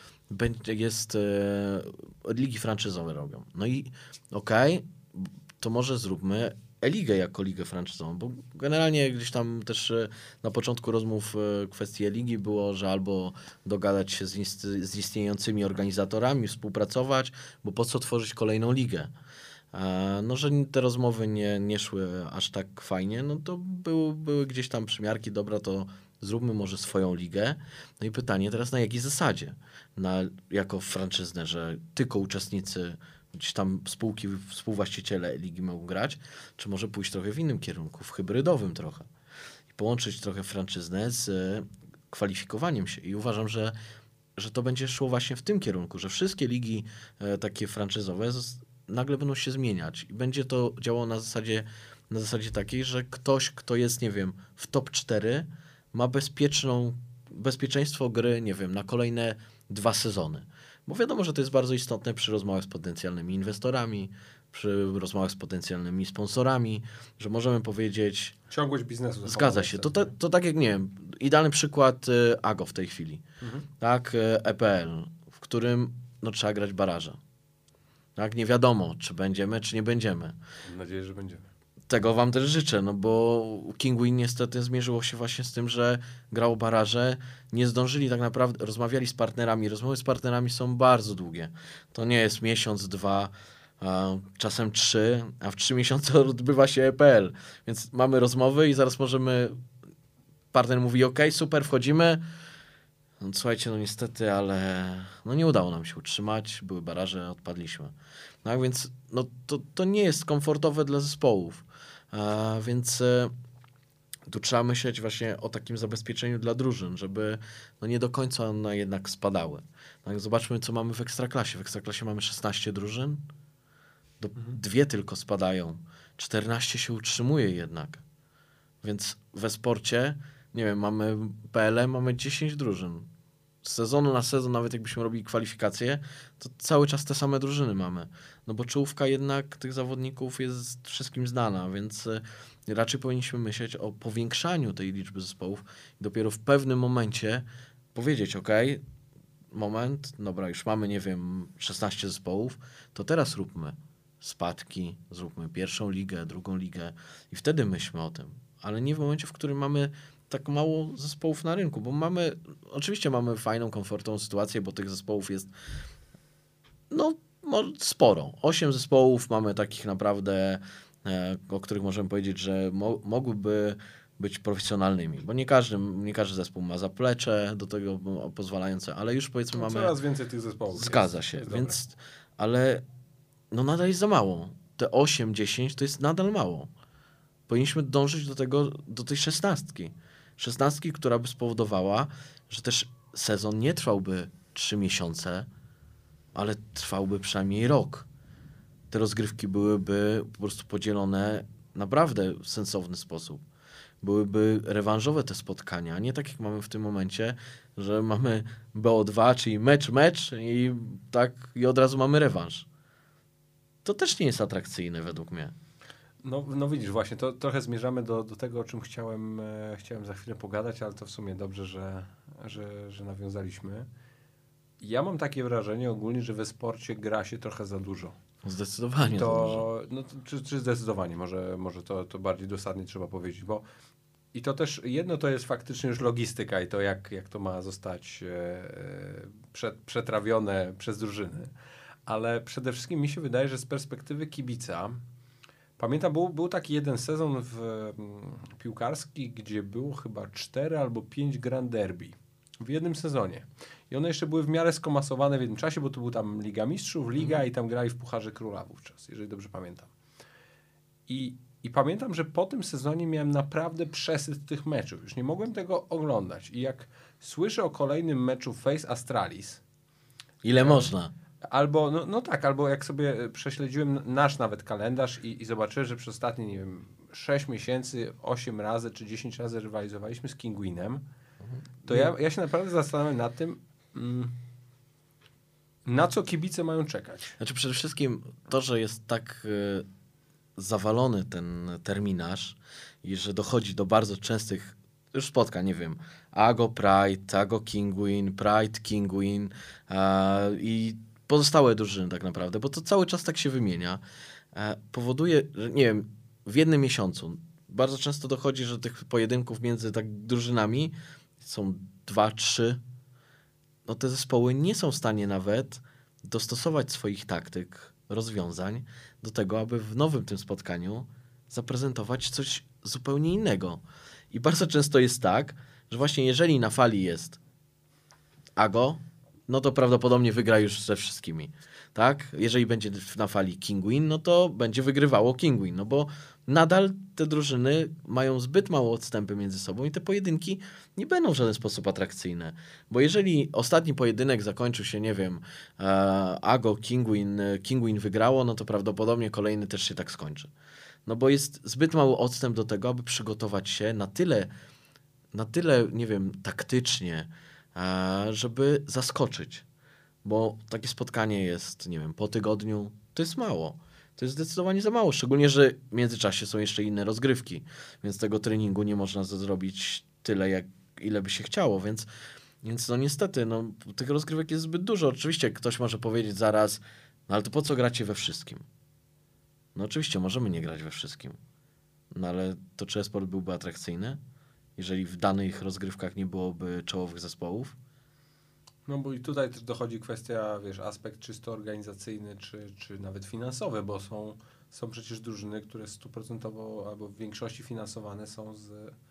ligi franczyzowe robią. No i okej, to może zróbmy E-ligę jako ligę franczyzową, bo generalnie gdzieś tam też na początku rozmów kwestii E-ligi było, że albo dogadać się z istniejącymi organizatorami, współpracować, bo po co tworzyć kolejną ligę. No, że te rozmowy nie szły aż tak fajnie, no to były gdzieś tam przymiarki, dobra, to zróbmy może swoją ligę. No i pytanie teraz na jakiej zasadzie? Jako franczyznę, że tylko uczestnicy gdzieś tam spółki, współwłaściciele ligi mogą grać, czy może pójść trochę w innym kierunku, w hybrydowym trochę. I połączyć trochę franczyznę z kwalifikowaniem się. I uważam, że to będzie szło właśnie w tym kierunku, że wszystkie ligi takie franczyzowe nagle będą się zmieniać. I będzie to działało na zasadzie takiej, że ktoś, kto jest, nie wiem, w top 4, ma bezpieczeństwo gry, nie wiem, na kolejne 2 sezony. Bo wiadomo, że to jest bardzo istotne przy rozmowach z potencjalnymi inwestorami, przy rozmowach z potencjalnymi sponsorami, że możemy powiedzieć... Ciągłość biznesu. Zgadza się. To tak jak, nie wiem, idealny przykład AGO w tej chwili. Tak, EPL, w którym no, trzeba grać baraże. Tak, nie wiadomo, czy będziemy, czy nie będziemy. Mam nadzieję, że będziemy. Tego wam też życzę, no bo Kingwin niestety zmierzyło się właśnie z tym, że grało baraże, nie zdążyli tak naprawdę, rozmawiali z partnerami, rozmowy z partnerami są bardzo długie. To nie jest miesiąc, 2, czasem 3, a w 3 miesiące odbywa się EPL. Więc mamy rozmowy i zaraz możemy, partner mówi ok, super, wchodzimy. No, słuchajcie, no niestety, ale no nie udało nam się utrzymać, były baraże, odpadliśmy. No więc no, to nie jest komfortowe dla zespołów. Więc tu trzeba myśleć właśnie o takim zabezpieczeniu dla drużyn, żeby no nie do końca one jednak spadały. Tak, zobaczmy, co mamy w Ekstraklasie. W Ekstraklasie mamy 16 drużyn, dwie tylko spadają. 14 się utrzymuje jednak. Więc we sporcie, nie wiem, mamy PLM, mamy 10 drużyn. Z sezonu na sezon, nawet jakbyśmy robili kwalifikacje, to cały czas te same drużyny mamy. No bo czołówka jednak tych zawodników jest wszystkim znana, więc raczej powinniśmy myśleć o powiększaniu tej liczby zespołów i dopiero w pewnym momencie powiedzieć, ok, moment, dobra, już mamy, nie wiem, 16 zespołów, to teraz róbmy spadki, zróbmy pierwszą ligę, drugą ligę i wtedy myślmy o tym. Ale nie w momencie, w którym mamy tak mało zespołów na rynku, bo oczywiście mamy fajną, komfortową sytuację, bo tych zespołów jest no sporo. 8 zespołów mamy takich naprawdę, o których możemy powiedzieć, że mogłyby być profesjonalnymi, bo nie każdy zespół ma zaplecze do tego pozwalające, ale już powiedzmy mamy... Coraz więcej tych zespołów. Zgadza się, więc... Ale no nadal jest za mało. Te 8-10 to jest nadal mało. Powinniśmy dążyć do tej 16. 16, która by spowodowała, że też sezon nie trwałby 3 miesiące, ale trwałby przynajmniej rok. Te rozgrywki byłyby po prostu podzielone naprawdę w sensowny sposób. Byłyby rewanżowe te spotkania, a nie tak jak mamy w tym momencie, że mamy BO2, czyli mecz i od razu mamy rewanż. To też nie jest atrakcyjne według mnie. No widzisz, właśnie, to trochę zmierzamy do tego, o czym chciałem za chwilę pogadać, ale to w sumie dobrze, że nawiązaliśmy. Ja mam takie wrażenie ogólnie, że we sporcie gra się trochę za dużo. Zdecydowanie za dużo. No, czy zdecydowanie, może to bardziej dosadnie trzeba powiedzieć, bo i to też, jedno to jest faktycznie już logistyka i to jak to ma zostać przetrawione przez drużyny, ale przede wszystkim mi się wydaje, że z perspektywy kibica, pamiętam, był taki jeden sezon piłkarski, gdzie było chyba 4 albo 5 Grand Derby w jednym sezonie. I one jeszcze były w miarę skomasowane w jednym czasie, bo to był tam Liga Mistrzów, Liga i tam grali w Pucharze Króla wówczas, jeżeli dobrze pamiętam. I pamiętam, że po tym sezonie miałem naprawdę przesyt tych meczów. Już nie mogłem tego oglądać. I jak słyszę o kolejnym meczu Face Astralis... Ile można? Albo, no tak, albo jak sobie prześledziłem nasz nawet kalendarz i zobaczyłem, że przez ostatnie, nie wiem, 6 miesięcy, 8 razy czy 10 razy rywalizowaliśmy z Kinguinem, to ja się naprawdę zastanawiam nad tym, na co kibice mają czekać. Znaczy przede wszystkim to, że jest tak zawalony ten terminarz i że dochodzi do bardzo częstych już spotkań, nie wiem, Ago Pride, Ago Kinguin, Pride Kinguin i pozostałe drużyny tak naprawdę, bo to cały czas tak się wymienia, powoduje, że nie wiem, w jednym miesiącu bardzo często dochodzi, że tych pojedynków między tak drużynami są 2-3. No te zespoły nie są w stanie nawet dostosować swoich taktyk, rozwiązań do tego, aby w nowym tym spotkaniu zaprezentować coś zupełnie innego. I bardzo często jest tak, że właśnie jeżeli na fali jest Ago, no to prawdopodobnie wygra już ze wszystkimi. Tak? Jeżeli będzie na fali Kinguin, no to będzie wygrywało Kinguin, no bo nadal te drużyny mają zbyt małe odstępy między sobą i te pojedynki nie będą w żaden sposób atrakcyjne. Bo jeżeli ostatni pojedynek zakończył się, nie wiem, Ago, Kinguin wygrało, no to prawdopodobnie kolejny też się tak skończy. No bo jest zbyt mały odstęp do tego, aby przygotować się na tyle, nie wiem, taktycznie, żeby zaskoczyć. Bo takie spotkanie jest, nie wiem, po tygodniu, to jest mało. To jest zdecydowanie za mało, szczególnie, że w międzyczasie są jeszcze inne rozgrywki, więc tego treningu nie można zrobić tyle, ile by się chciało, więc no niestety, no, tych rozgrywek jest zbyt dużo. Oczywiście ktoś może powiedzieć zaraz, no ale to po co gracie we wszystkim? No oczywiście możemy nie grać we wszystkim, no ale to czy e-sport byłby atrakcyjny, jeżeli w danych rozgrywkach nie byłoby czołowych zespołów? No bo i tutaj też dochodzi kwestia, wiesz, aspekt czysto organizacyjny, czy nawet finansowy, bo są przecież drużyny, które 100% albo w większości finansowane są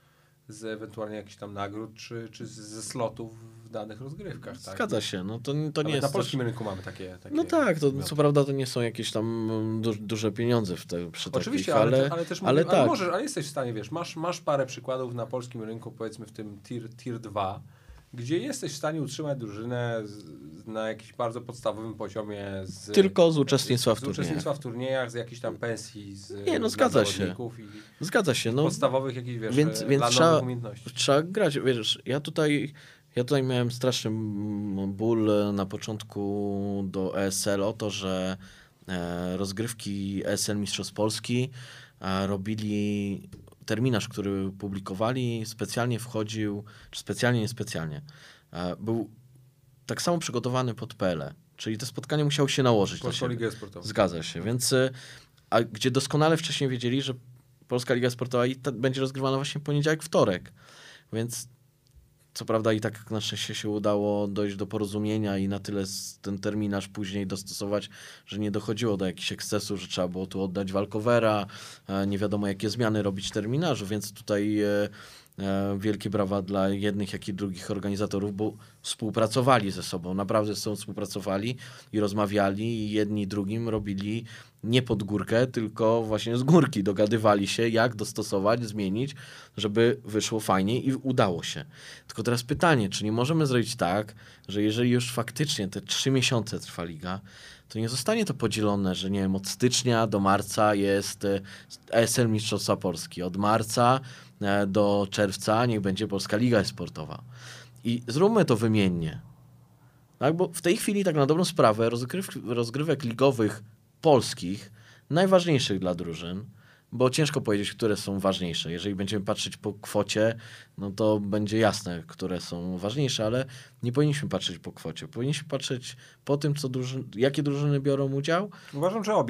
z ewentualnie jakichś tam nagród, czy ze slotów w danych rozgrywkach. Tak? Zgadza się, no to nie Nawet jest na polskim rynku mamy takie no tak, to zmiany. co prawda to nie są jakieś tam duże pieniądze przy Oczywiście, takich, ale też ale mówię, tak. ale jesteś w stanie, wiesz, masz parę przykładów na polskim rynku, powiedzmy w tym tier 2, gdzie jesteś w stanie utrzymać drużynę na jakimś bardzo podstawowym poziomie. Tylko z uczestnictwa w turniejach. Z uczestnictwa w turniejach, z jakichś tam pensji, no zgadza się. Zgadza się. No, podstawowych jakichś, wiesz, więc umiejętności. Trzeba grać, wiesz, ja tutaj miałem straszny ból na początku do ESL o to, że rozgrywki ESL Mistrzostw Polski robili terminarz, który publikowali, specjalnie wchodził, czy specjalnie, niespecjalnie, był tak samo przygotowany pod PLE, czyli te spotkania musiały się nałożyć na siebie. Ligę Sportową. Zgadza się, więc a gdzie doskonale wcześniej wiedzieli, że Polska Liga Sportowa będzie rozgrywana właśnie poniedziałek, wtorek, więc co prawda i tak na szczęście się udało dojść do porozumienia i na tyle ten terminarz później dostosować, że nie dochodziło do jakichś ekscesów, że trzeba było tu oddać walkowera, nie wiadomo jakie zmiany robić w terminarzu, więc tutaj wielkie brawa dla jednych, jak i drugich organizatorów, bo współpracowali ze sobą, naprawdę ze sobą współpracowali i rozmawiali i jedni drugim robili nie pod górkę, tylko właśnie z górki dogadywali się, jak dostosować, zmienić, żeby wyszło fajnie i udało się. Tylko teraz pytanie, czy nie możemy zrobić tak, że jeżeli już faktycznie te 3 miesiące trwa liga, to nie zostanie to podzielone, że nie wiem, od stycznia do marca jest ESL Mistrzostwa Polski, od marca do czerwca niech będzie Polska Liga Sportowa. I zróbmy to wymiennie. Tak? Bo w tej chwili tak na dobrą sprawę rozgrywek ligowych polskich, najważniejszych dla drużyn, bo ciężko powiedzieć, które są ważniejsze. Jeżeli będziemy patrzeć po kwocie, no to będzie jasne, które są ważniejsze, ale nie powinniśmy patrzeć po kwocie. Powinniśmy patrzeć po tym, jakie drużyny biorą udział. Uważam, że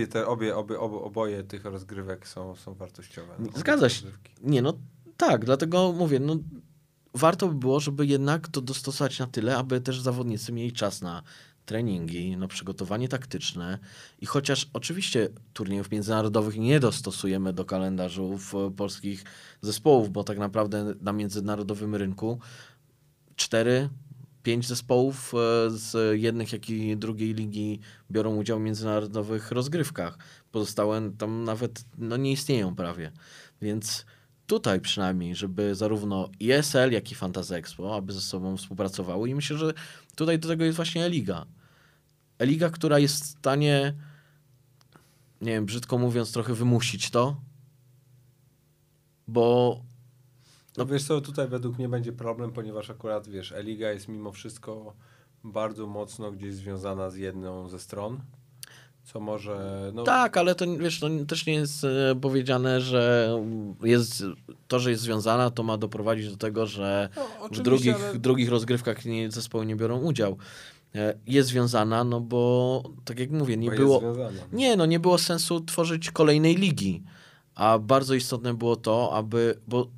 oboje tych rozgrywek są wartościowe. Zgadza się. Nie, no tak, dlatego mówię, no warto by było, żeby jednak to dostosować na tyle, aby też zawodnicy mieli czas na treningi, na przygotowanie taktyczne i chociaż oczywiście turniejów międzynarodowych nie dostosujemy do kalendarzów polskich zespołów, bo tak naprawdę na międzynarodowym rynku 4-5 zespołów z jednych, jak i drugiej ligi biorą udział w międzynarodowych rozgrywkach. Pozostałe tam nawet nie istnieją prawie. Więc tutaj przynajmniej, żeby zarówno ESL, jak i Fantasy Expo, aby ze sobą współpracowały i myślę, że tutaj do tego jest właśnie E-Liga. E-Liga, która jest w stanie, nie wiem, brzydko mówiąc, trochę wymusić to, bo... No wiesz co, tutaj według mnie będzie problem, ponieważ akurat, wiesz, E-Liga jest mimo wszystko bardzo mocno gdzieś związana z jedną ze stron, co może... No... Tak, ale to, wiesz, to też nie jest powiedziane, że że jest związana, to ma doprowadzić do tego, że w drugich rozgrywkach zespoły nie biorą udziału. Jest związana, no bo tak jak mówię, nie było sensu tworzyć kolejnej ligi, a bardzo istotne było to, bo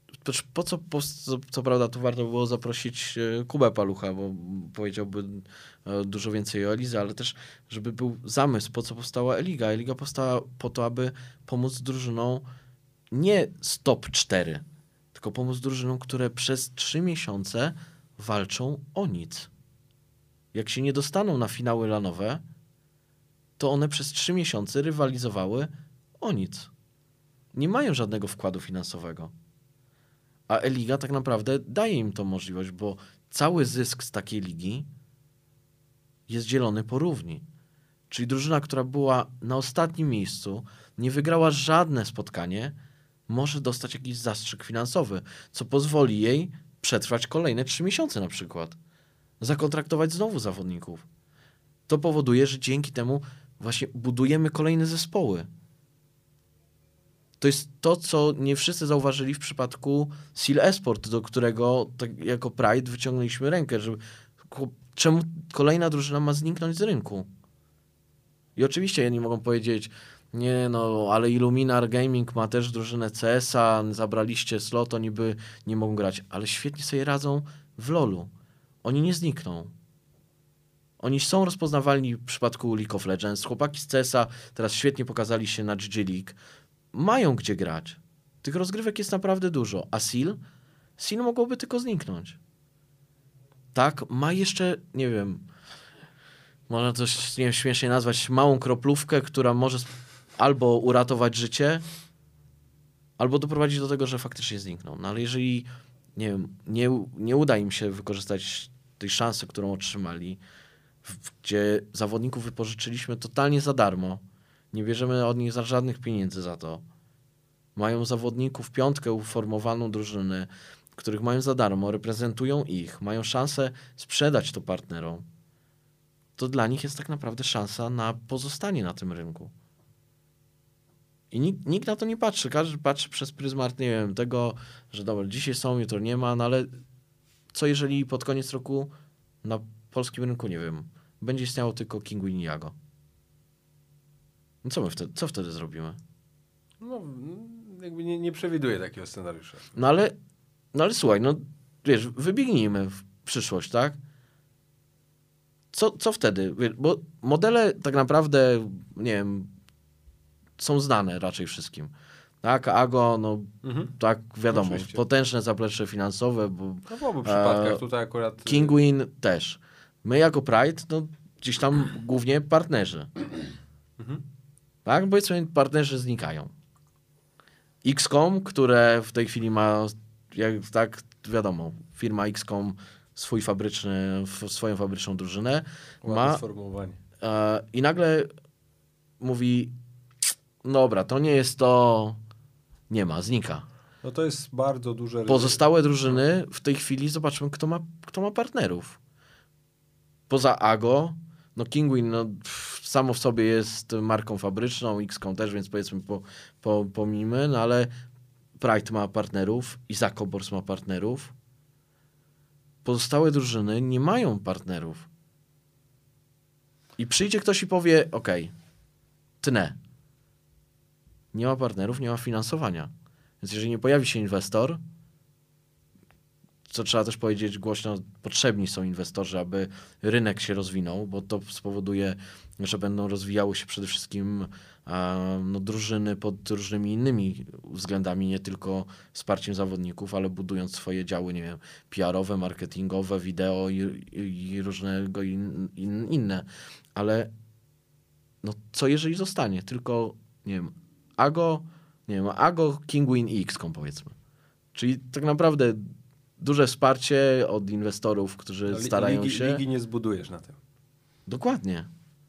co prawda tu warto było zaprosić Kubę Palucha, bo powiedziałby dużo więcej o Elidze, ale też żeby był zamysł, po co powstała E-Liga. E-Liga powstała po to, aby pomóc drużynom nie z top 4, tylko pomóc drużynom, które przez 3 miesiące walczą o nic. Jak się nie dostaną na finały lanowe, to one przez 3 miesiące rywalizowały o nic. Nie mają żadnego wkładu finansowego. A E-Liga tak naprawdę daje im tą możliwość, bo cały zysk z takiej ligi jest dzielony porówni. Czyli drużyna, która była na ostatnim miejscu, nie wygrała żadne spotkanie, może dostać jakiś zastrzyk finansowy, co pozwoli jej przetrwać kolejne 3 miesiące na przykład. Zakontraktować znowu zawodników. To powoduje, że dzięki temu właśnie budujemy kolejne zespoły. To jest to, co nie wszyscy zauważyli w przypadku Seal Esport, do którego tak jako Pride wyciągnęliśmy rękę, że czemu kolejna drużyna ma zniknąć z rynku? I oczywiście jedni mogą powiedzieć, nie no, ale Illuminar Gaming ma też drużynę CS-a, zabraliście slot, oni by nie mogą grać, ale świetnie sobie radzą w LoL-u. Oni nie znikną. Oni są rozpoznawalni w przypadku League of Legends. Chłopaki z CS-a teraz świetnie pokazali się na GG League. Mają gdzie grać. Tych rozgrywek jest naprawdę dużo. A Seal Sin mogłoby tylko zniknąć. Tak, ma jeszcze, nie wiem, można to nie wiem, śmiesznie nazwać, małą kroplówkę, która może albo uratować życie, albo doprowadzić do tego, że faktycznie znikną. No ale jeżeli, nie wiem, nie uda im się wykorzystać tej szansy, którą otrzymali, gdzie zawodników wypożyczyliśmy totalnie za darmo, nie bierzemy od nich za żadnych pieniędzy za to, mają zawodników, piątkę uformowaną drużyny, których mają za darmo, reprezentują ich, mają szansę sprzedać to partnerom, to dla nich jest tak naprawdę szansa na pozostanie na tym rynku. I nikt na to nie patrzy. Każdy patrzy przez pryzmat, nie wiem, tego, że dobra, dzisiaj są, jutro nie ma, no ale co jeżeli pod koniec roku na polskim rynku, nie wiem, będzie istniało tylko Kinguin i Jago? No co wtedy zrobimy? No, jakby nie przewiduję takiego scenariusza. No ale słuchaj, no wiesz, wybiegnijmy w przyszłość, tak? Co wtedy? Bo modele tak naprawdę, nie wiem, są znane raczej wszystkim. Tak, Ago, no tak wiadomo, Oczywiście. potężne zaplecze finansowe, bo No w obu przypadkach tutaj akurat... Kinguin też. My jako Pride, no gdzieś tam głównie partnerzy. Tak, powiedzmy, partnerzy znikają. XCOM, które w tej chwili ma, jak tak wiadomo, firma XCOM swoją fabryczną drużynę Ładne sformułowanie. I nagle mówi, dobra, to nie jest to, nie ma, znika. No to jest bardzo duże ryzyko. Pozostałe drużyny w tej chwili, zobaczmy, kto ma partnerów. Poza Ago, no Kinguin no, samo w sobie jest marką fabryczną, XCOM też, więc powiedzmy pomijmy, no ale Pride ma partnerów, Izako Bors ma partnerów. Pozostałe drużyny nie mają partnerów. I przyjdzie ktoś i powie, okej, tnę. Nie ma partnerów, nie ma finansowania. Więc jeżeli nie pojawi się inwestor, co trzeba też powiedzieć głośno, potrzebni są inwestorzy, aby rynek się rozwinął, bo to spowoduje, że będą rozwijały się przede wszystkim drużyny pod różnymi innymi względami, nie tylko wsparciem zawodników, ale budując swoje działy, nie wiem, PR-owe, marketingowe, wideo i różnego inne. Ale no, co jeżeli zostanie? Tylko, nie wiem, Ago, Kinguin i XCOM powiedzmy. Czyli tak naprawdę duże wsparcie od inwestorów, którzy starają się. Ligi nie zbudujesz na tym. Dokładnie.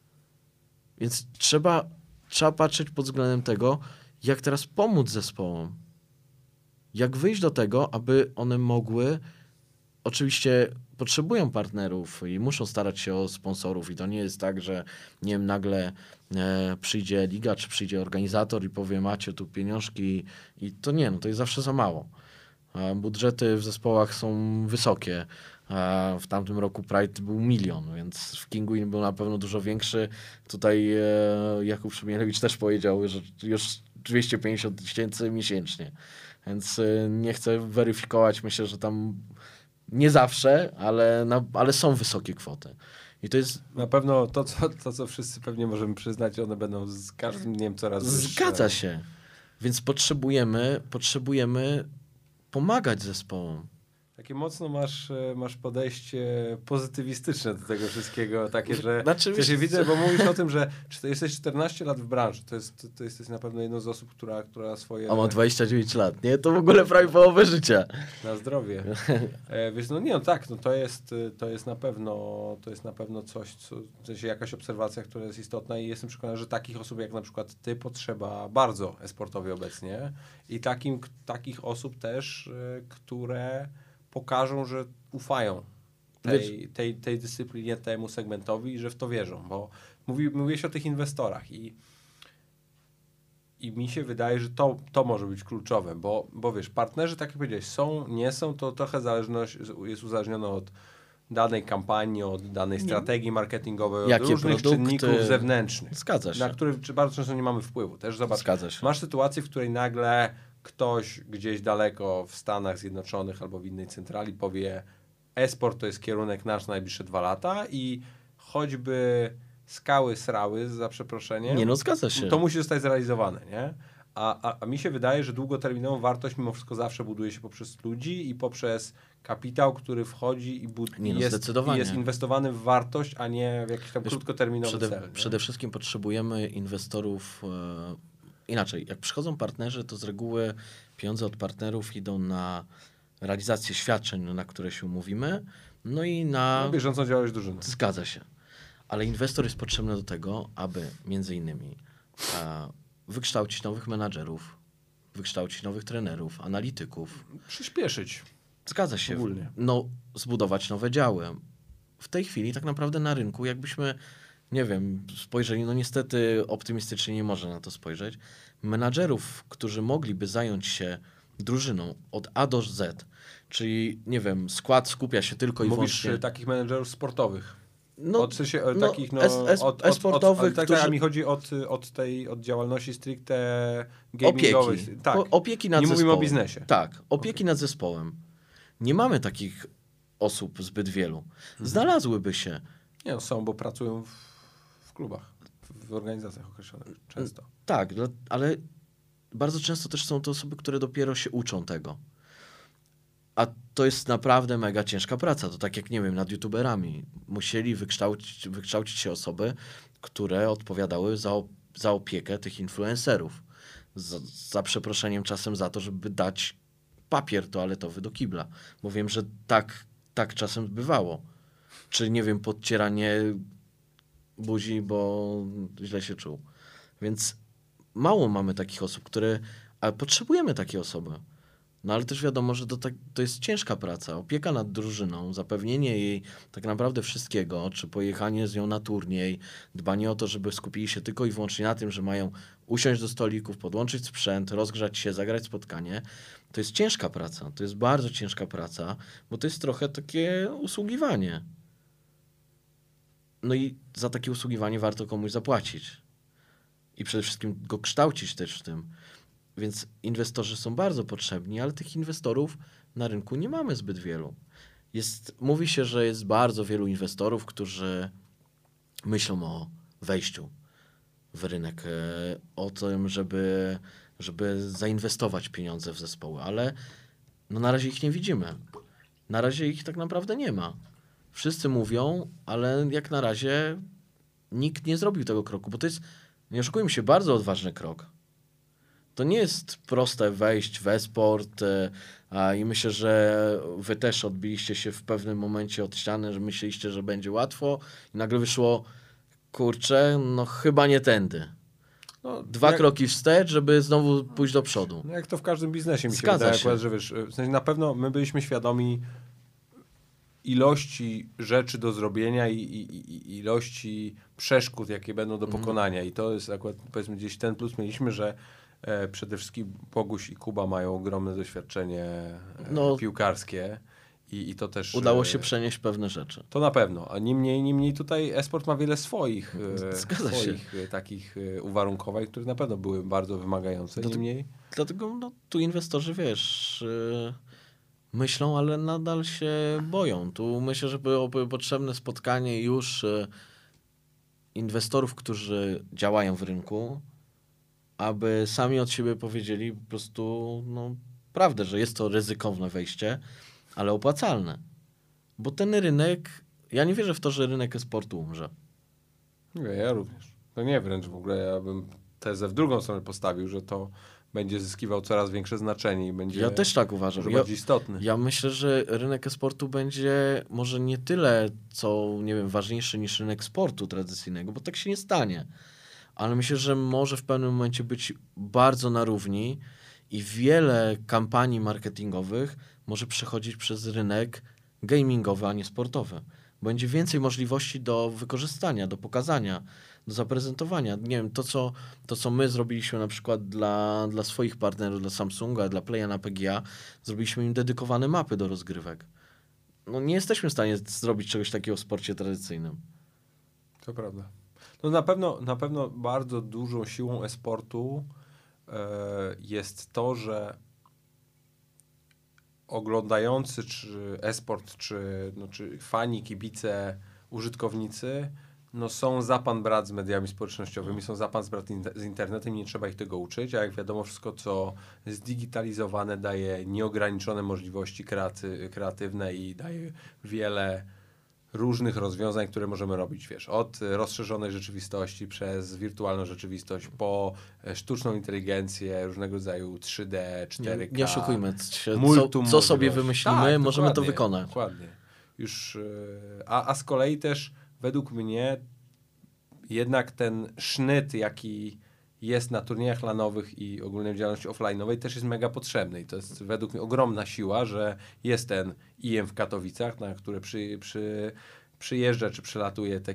Więc trzeba patrzeć pod względem tego, jak teraz pomóc zespołom. Jak wyjść do tego, aby one mogły, oczywiście potrzebują partnerów i muszą starać się o sponsorów i to nie jest tak, że nie wiem, nagle przyjdzie liga, czy przyjdzie organizator i powie, macie tu pieniążki i to nie, no to jest zawsze za mało. Budżety w zespołach są wysokie. W tamtym roku Pride był 1 000 000, więc w Kinguin był na pewno dużo większy. Tutaj Jakub Szymielewicz też powiedział, że już 250 000 miesięcznie. Więc nie chcę weryfikować. Myślę, że tam nie zawsze, ale są wysokie kwoty. I to jest... Na pewno to, co wszyscy pewnie możemy przyznać, one będą z każdym dniem coraz wyższe. Zgadza się. Więc potrzebujemy pomagać zespołom. Takie mocno masz podejście pozytywistyczne do tego wszystkiego, takie, że Znaczy, się widzę, bo mówisz o tym, że jesteś 14 lat w branży. To jesteś na pewno jedną z osób, która swoje... A mam 29 lat, nie? To w ogóle prawie połowę życia. Na zdrowie. Wiesz, no nie, no tak, no to jest na pewno coś, w sensie jakaś obserwacja, która jest istotna i jestem przekonany, że takich osób jak na przykład ty potrzeba bardzo e-sportowi obecnie i takich osób też, które pokażą, że ufają tej dyscyplinie, temu segmentowi i że w to wierzą, bo mówiłeś o tych inwestorach i mi się wydaje, że to może być kluczowe, bo wiesz, partnerzy, tak jak powiedziałeś, są, nie są, to trochę jest uzależnione od danej kampanii, od danej strategii marketingowej, od różnych czynników zewnętrznych. Zgadza się. Na które bardzo często nie mamy wpływu. Też zobacz, Zgadza się. masz sytuację, w której nagle ktoś gdzieś daleko w Stanach Zjednoczonych albo w innej centrali powie, e-sport to jest kierunek nasz na najbliższe 2 lata i choćby skały srały, za przeproszeniem, Nie no, zgadza się. to musi zostać zrealizowane, nie? A mi się wydaje, że długoterminową wartość mimo wszystko zawsze buduje się poprzez ludzi i poprzez kapitał, który wchodzi i jest inwestowany w wartość, a nie w jakiś tam krótkoterminowy cel. Przede wszystkim potrzebujemy inwestorów. Inaczej, jak przychodzą partnerzy, to z reguły pieniądze od partnerów idą na realizację świadczeń, na które się umówimy, no i na... bieżącą działalność drużyny. Zgadza się. Ale inwestor jest potrzebny do tego, aby między innymi wykształcić nowych menadżerów, wykształcić nowych trenerów, analityków. Przyspieszyć. Zgadza się. Ogólnie. No, zbudować nowe działy. W tej chwili tak naprawdę na rynku, jakbyśmy, nie wiem, spojrzeli, no niestety optymistycznie nie można na to spojrzeć, menadżerów, którzy mogliby zająć się drużyną od A do Z, czyli, nie wiem, skład skupia się tylko i wyłącznie... Mówisz takich menedżerów sportowych. No, takich esportowych, którzy... mi chodzi od działalności stricte gamingowej. Opieki. Tak. Opieki nad zespołem. Nie mówimy o biznesie. Tak, opieki nad zespołem. Nie mamy takich osób zbyt wielu. Znalazłyby się. Nie, no są, bo pracują w klubach, w organizacjach określonych często. Tak, ale bardzo często też są to osoby, które dopiero się uczą tego. A to jest naprawdę mega ciężka praca. To tak jak, nie wiem, nad youtuberami. Musieli wykształcić się osoby, które odpowiadały za opiekę tych influencerów. Za przeproszeniem czasem za to, żeby dać papier toaletowy do kibla. Bo wiem, że tak czasem bywało. Czy, nie wiem, podcieranie buzi, bo źle się czuł. Więc mało mamy takich osób, ale potrzebujemy takiej osoby. No ale też wiadomo, że to jest ciężka praca. Opieka nad drużyną, zapewnienie jej tak naprawdę wszystkiego, czy pojechanie z nią na turniej, dbanie o to, żeby skupili się tylko i wyłącznie na tym, że mają usiąść do stolików, podłączyć sprzęt, rozgrzać się, zagrać spotkanie. To jest ciężka praca. To jest bardzo ciężka praca, bo to jest trochę takie usługiwanie. No i za takie usługiwanie warto komuś zapłacić. I przede wszystkim go kształcić też w tym. Więc inwestorzy są bardzo potrzebni, ale tych inwestorów na rynku nie mamy zbyt wielu. Mówi się, że jest bardzo wielu inwestorów, którzy myślą o wejściu w rynek, o tym, żeby zainwestować pieniądze w zespoły, ale no na razie ich nie widzimy. Na razie ich tak naprawdę nie ma. Wszyscy mówią, ale jak na razie nikt nie zrobił tego kroku, bo to jest, nie oszukujmy się, bardzo odważny krok. To nie jest proste wejść w e-sport i myślę, że wy też odbiliście się w pewnym momencie od ściany, że myśleliście, że będzie łatwo i nagle wyszło, kurczę, no chyba nie tędy. No, Dwa kroki wstecz, żeby znowu pójść do przodu. No jak to w każdym biznesie mi się wydaje, akurat, że wiesz, w sensie na pewno my byliśmy świadomi ilości rzeczy do zrobienia i ilości przeszkód, jakie będą do pokonania. I to jest akurat, powiedzmy, gdzieś ten plus mieliśmy, że przede wszystkim Boguś i Kuba mają ogromne doświadczenie piłkarskie i to też... Udało się przenieść pewne rzeczy. To na pewno, a niemniej tutaj e-sport ma wiele swoich takich uwarunkowań, które na pewno były bardzo wymagające. Dlatego tu inwestorzy, wiesz, myślą, ale nadal się boją. Tu myślę, że byłoby potrzebne spotkanie już inwestorów, którzy działają w rynku, aby sami od siebie powiedzieli po prostu prawdę, że jest to ryzykowne wejście, ale opłacalne. Bo ten rynek, ja nie wierzę w to, że rynek e-sportu umrze. Nie, ja również. No nie, wręcz w ogóle ja bym tezę w drugą stronę postawił, że to będzie zyskiwał coraz większe znaczenie i będzie... Ja też tak uważam. Bardziej istotny. Ja myślę, że rynek e-sportu będzie może nie tyle, co, nie wiem, ważniejszy niż rynek sportu tradycyjnego, bo tak się nie stanie. Ale myślę, że może w pewnym momencie być bardzo na równi i wiele kampanii marketingowych może przechodzić przez rynek gamingowy, a nie sportowy. Będzie więcej możliwości do wykorzystania, do pokazania, do zaprezentowania. Nie wiem, to co my zrobiliśmy na przykład dla swoich partnerów, dla Samsunga, dla Playa na PGA, zrobiliśmy im dedykowane mapy do rozgrywek. No nie jesteśmy w stanie zrobić czegoś takiego w sporcie tradycyjnym. To prawda. No na pewno bardzo dużą siłą e-sportu jest to, że oglądający czy e-sport, czy fani, kibice, użytkownicy No są za pan brat z mediami społecznościowymi, są za pan brat z internetem, nie trzeba ich tego uczyć, a jak wiadomo wszystko, co zdigitalizowane daje nieograniczone możliwości kreatywne i daje wiele różnych rozwiązań, które możemy robić, wiesz, od rozszerzonej rzeczywistości przez wirtualną rzeczywistość po sztuczną inteligencję, różnego rodzaju 3D, 4K. Nie oszukujmy się, multum co sobie możliwości. wymyślimy, Tak, możemy to dokładnie, wykonać. Dokładnie. Już, a z kolei też według mnie jednak ten sznyt, jaki jest na turniejach lanowych i ogólnie w działalności offline'owej, też jest mega potrzebny. I to jest według mnie ogromna siła, że jest ten IEM w Katowicach, na które przyjeżdża czy przylatuje te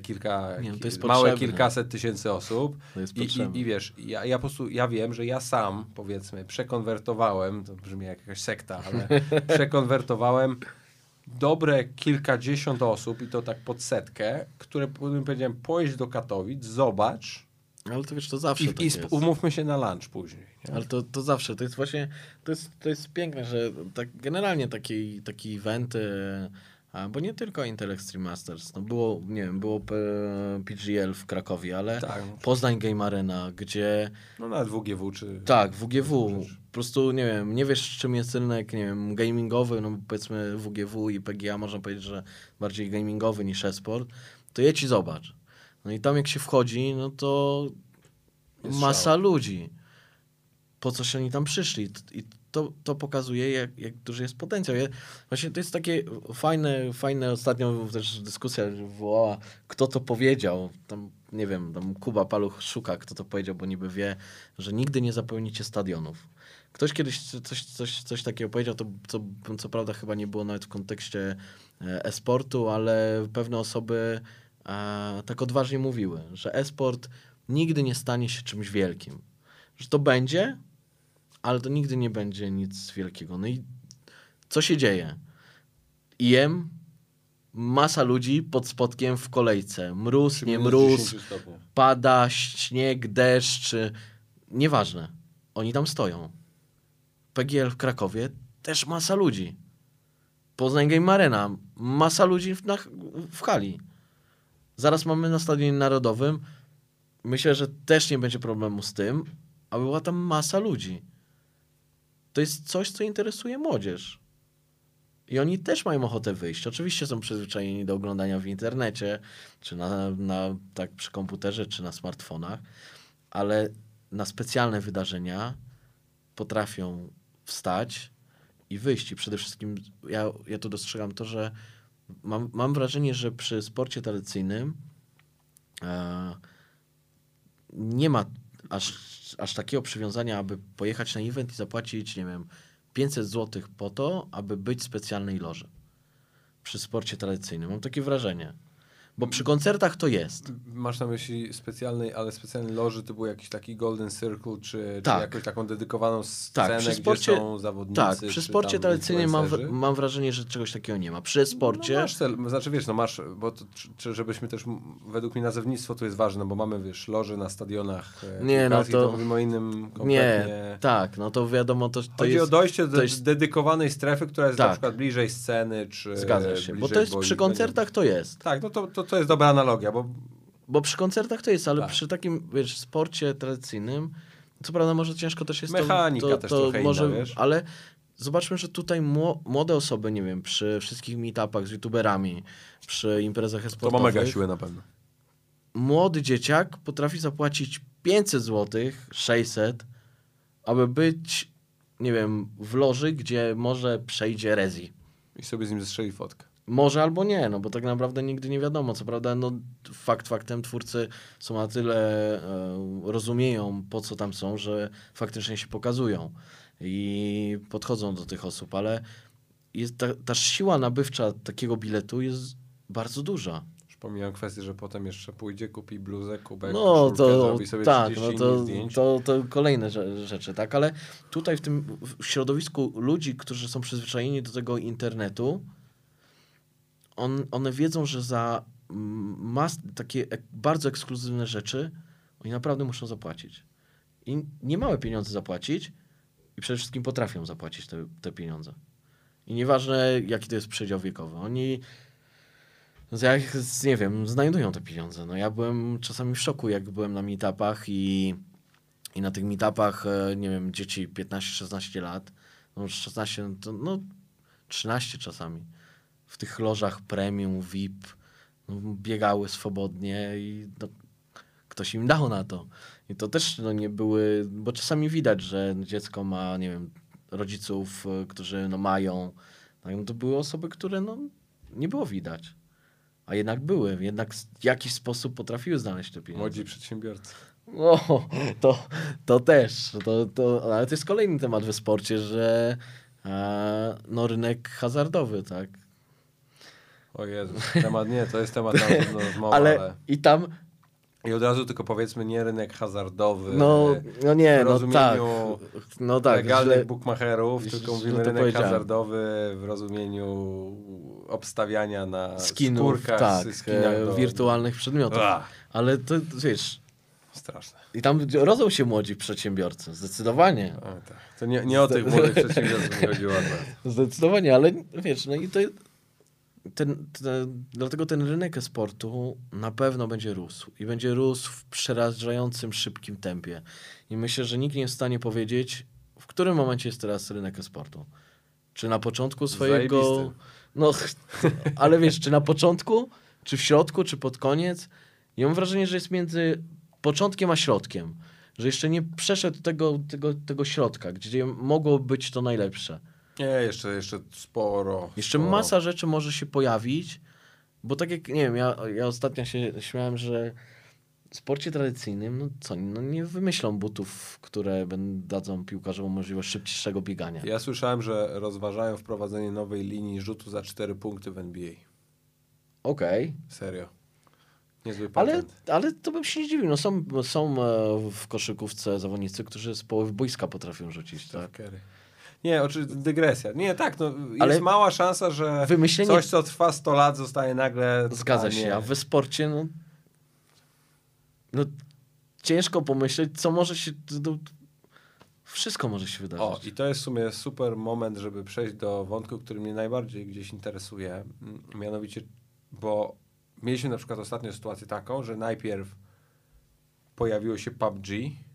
małe kilkaset tysięcy osób. To jest I wiesz, ja po prostu, ja wiem, że ja sam, powiedzmy, przekonwertowałem, to brzmi jak jakaś sekta, ale przekonwertowałem dobre kilkadziesiąt osób i to tak pod setkę, które powiedziałem, pojedź do Katowic, zobacz. Ale to wiesz, to zawsze tak jest. Umówmy się na lunch później. Nie? Ale to zawsze, to jest właśnie, to jest piękne, że tak generalnie takie eventy, bo nie tylko Intel Extreme Masters, no było, nie wiem, było PGL w Krakowie, ale Tak. Poznań Game Arena, gdzie... No nawet WGW czy... Tak, WGW. Po prostu, nie wiem, nie wiesz czym jest rynek, nie wiem, gamingowy, no powiedzmy WGW i PGA, można powiedzieć, że bardziej gamingowy niż e-sport, to jedź i zobacz. No i tam jak się wchodzi, no to Jest masa szał. ludzi. Po co się oni tam przyszli? I to pokazuje, jak duży jest potencjał. Właśnie to jest takie fajne ostatnio też dyskusja wywołała, kto to powiedział. Tam, nie wiem, tam Kuba Paluch szuka, kto to powiedział, bo niby wie, że nigdy nie zapełnicie stadionów. Ktoś kiedyś coś takiego powiedział, co prawda chyba nie było nawet w kontekście e-sportu, ale pewne osoby tak odważnie mówiły, że e-sport nigdy nie stanie się czymś wielkim. Że to będzie, ale to nigdy nie będzie nic wielkiego. No i co się dzieje? IEM, masa ludzi pod spotkiem w kolejce. Mróz, nie mróz, pada, śnieg, deszcz, nieważne. Oni tam stoją. PGL w Krakowie, też masa ludzi. Poznań Game Arena, masa ludzi w hali. Zaraz mamy na Stadionie Narodowym. Myślę, że też nie będzie problemu z tym, a była tam masa ludzi. To jest coś, co interesuje młodzież. I oni też mają ochotę wyjść. Oczywiście są przyzwyczajeni do oglądania w internecie, czy tak przy komputerze, czy na smartfonach, ale na specjalne wydarzenia potrafią wstać i wyjść. I przede wszystkim ja tu dostrzegam to, że mam wrażenie, że przy sporcie tradycyjnym nie ma aż takiego przywiązania, aby pojechać na event i zapłacić, nie wiem, 500 zł po to, aby być w specjalnej loży. Przy sporcie tradycyjnym. Mam takie wrażenie. Bo przy koncertach to jest. Masz na myśli specjalnej loży, to był jakiś taki Golden Circle, czy jakąś taką dedykowaną scenę, gdzie są zawodnicy? Tak, przy sporcie tradycyjnym mam wrażenie, że czegoś takiego nie ma. Przy sporcie... masz, bo to, żebyśmy też, według mnie nazewnictwo tu jest ważne, bo mamy, wiesz, loży na stadionach. Nie, no to mówimy o innym kompletnie. Nie, tak, no to wiadomo, to chodzi jest... o dojście do dedykowanej strefy, która jest na przykład bliżej sceny, czy zgadza się, bo to jest przy koncertach to jest. Tak, no to jest dobra analogia, bo przy koncertach to jest, ale przy takim, wiesz, sporcie tradycyjnym, co prawda może ciężko też jest mechanika też trochę inna, wiesz? Ale zobaczmy, że tutaj młode osoby, nie wiem, przy wszystkich meetupach z youtuberami, przy imprezach e-sportowych... To ma mega siłę na pewno. Młody dzieciak potrafi zapłacić 500 zł, 600, aby być, nie wiem, w loży, gdzie może przejdzie Rezi. I sobie z nim zestrzeli fotkę. Może albo nie, no bo tak naprawdę nigdy nie wiadomo. Co prawda, no faktem twórcy są na tyle, rozumieją po co tam są, że faktycznie się pokazują i podchodzą do tych osób, ale jest ta siła nabywcza takiego biletu jest bardzo duża. Już pomijam kwestię, że potem jeszcze pójdzie, kupi bluzę, kubek, no to zrobi sobie tak, 30 no zdjęć. To kolejne rzeczy, tak, ale tutaj w środowisku ludzi, którzy są przyzwyczajeni do tego internetu, one wiedzą, że za takie bardzo ekskluzywne rzeczy oni naprawdę muszą zapłacić. I nie małe pieniądze zapłacić i przede wszystkim potrafią zapłacić te pieniądze. I nieważne, jaki to jest przedział wiekowy. Oni Nie wiem, znajdują te pieniądze. No ja byłem czasami w szoku, jak byłem na meetupach i na tych meetupach, nie wiem, dzieci 15-16 lat, no 16, no to, no 13 czasami, w tych lożach premium, VIP, no, biegały swobodnie i no, ktoś im dał na to. I to też no, nie były, bo czasami widać, że dziecko ma, nie wiem, rodziców, którzy no, mają. No, to były osoby, które no, nie było widać. A jednak były, jednak w jakiś sposób potrafiły znaleźć te pieniądze. Młodzi przedsiębiorcy. No, to też. Ale to jest kolejny temat w sporcie, że no, rynek hazardowy, tak? O Jezu, to jest temat na osobną rozmowę, Ale i tam... I od razu tylko powiedzmy, nie rynek hazardowy. No nie, w rozumieniu no tak. legalnych bukmacherów, tylko mówimy rynek hazardowy w rozumieniu obstawiania na skinów, skórkach, tak, skinach wirtualnych przedmiotów. Ale to wiesz... Straszne. I tam rodzą się młodzi przedsiębiorcy, zdecydowanie. Tak. To nie o tych młodych przedsiębiorców mi chodziło. Zdecydowanie, ale wiesz, no i to... Dlatego ten rynek e-sportu na pewno będzie rósł i będzie rósł w przerażającym szybkim tempie. I myślę, że nikt nie jest w stanie powiedzieć, w którym momencie jest teraz rynek e-sportu. Czy na początku swojego... Zajebisty. No, ale wiesz, czy na początku, czy w środku, czy pod koniec. Ja mam wrażenie, że jest między początkiem a środkiem. Że jeszcze nie przeszedł tego środka, gdzie mogło być to najlepsze. Nie, jeszcze sporo. Jeszcze masa rzeczy może się pojawić, bo tak jak, nie wiem, ja ostatnio się śmiałem, że w sporcie tradycyjnym, no co, no nie wymyślą butów, które dadzą piłkarzom możliwość szybciejszego biegania. Ja słyszałem, że rozważają wprowadzenie nowej linii rzutu za 4 punkty w NBA. Okej. Serio. Niezły patent. Ale to bym się nie dziwił. No są w koszykówce zawodnicy, którzy z połowy boiska potrafią rzucić, tak? Curry. Nie, oczywiście dygresja. Nie, tak, no, Ale jest mała szansa, że coś, co trwa 100 lat, zostaje nagle... Zgadza się, a w sporcie, no ciężko pomyśleć, co może się... Wszystko może się wydarzyć. O, i to jest w sumie super moment, żeby przejść do wątku, który mnie najbardziej gdzieś interesuje. Mianowicie, bo mieliśmy na przykład ostatnio sytuację taką, że najpierw pojawiło się PUBG,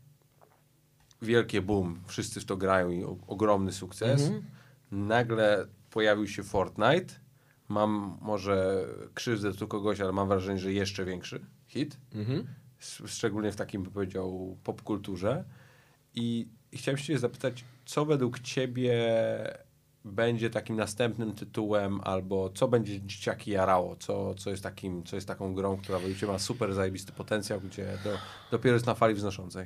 wielkie boom, wszyscy w to grają i ogromny sukces. Nagle pojawił się Fortnite. Mam może krzywdę tu kogoś, ale mam wrażenie, że jeszcze większy hit. Szczególnie w takim, bym powiedział, popkulturze. I chciałem się cię zapytać, co według ciebie będzie takim następnym tytułem, albo co będzie dzieciaki jarało, co jest taką grą, która według ciebie ma super zajebisty potencjał, gdzie dopiero jest na fali wznoszącej.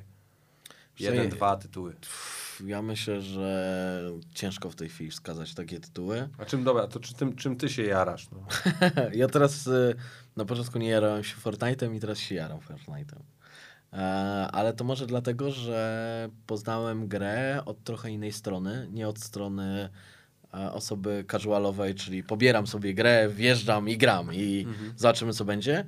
1-2 tytuły. Ja myślę, że ciężko w tej chwili wskazać takie tytuły. A czym ty się jarasz? No? Ja teraz na początku nie jarałem się Fortnite'em i teraz się jaram Fortnite'em. Ale to może dlatego, że poznałem grę od trochę innej strony, nie od strony osoby casualowej, czyli pobieram sobie grę, wjeżdżam i gram i zobaczymy, co będzie.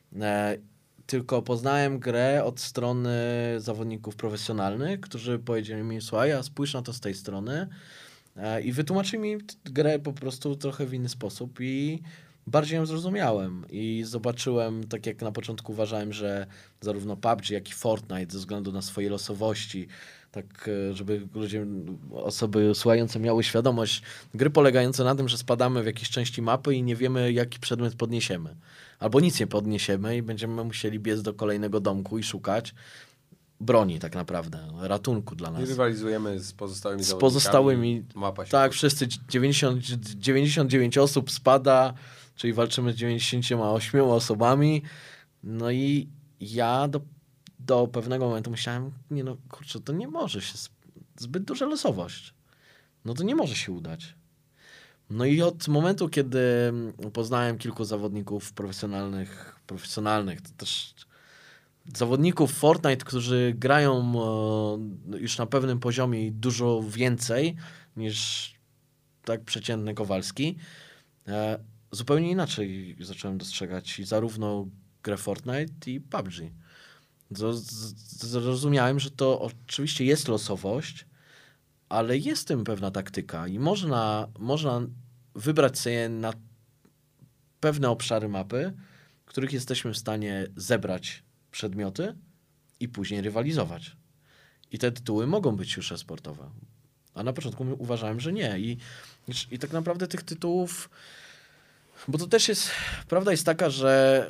Tylko poznałem grę od strony zawodników profesjonalnych, którzy powiedzieli mi, słuchaj, a spójrz na to z tej strony i wytłumaczyli mi grę po prostu trochę w inny sposób i bardziej ją zrozumiałem i zobaczyłem, tak jak na początku uważałem, że zarówno PUBG, jak i Fortnite ze względu na swoje losowości, tak żeby osoby słuchające miały świadomość, gry polegające na tym, że spadamy w jakieś części mapy i nie wiemy, jaki przedmiot podniesiemy. Albo nic nie podniesiemy i będziemy musieli biec do kolejnego domku i szukać broni tak naprawdę, ratunku dla nas. I rywalizujemy z pozostałymi Z pozostałymi, mapa się tak, wszyscy 99 osób spada, czyli walczymy z 98 osobami. No i ja do pewnego momentu myślałem, nie no, kurczę, to nie może się, zbyt duża losowość. No to nie może się udać. No i od momentu, kiedy poznałem kilku zawodników profesjonalnych, to też zawodników Fortnite, którzy grają już na pewnym poziomie i dużo więcej niż tak przeciętny Kowalski, zupełnie inaczej zacząłem dostrzegać i zarówno grę Fortnite i PUBG. Zrozumiałem, że to oczywiście jest losowość, ale jest w tym pewna taktyka i można wybrać sobie pewne obszary mapy, w których jesteśmy w stanie zebrać przedmioty i później rywalizować. I te tytuły mogą być już e-sportowe. A na początku uważałem, że nie. I tak naprawdę tych tytułów... Bo to też jest... Prawda jest taka, że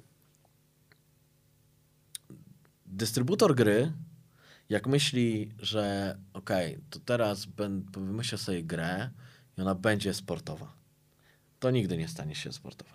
dystrybutor gry, jak myśli, że okej, to teraz wymyślę sobie grę i ona będzie sportowa, to nigdy nie stanie się sportowa.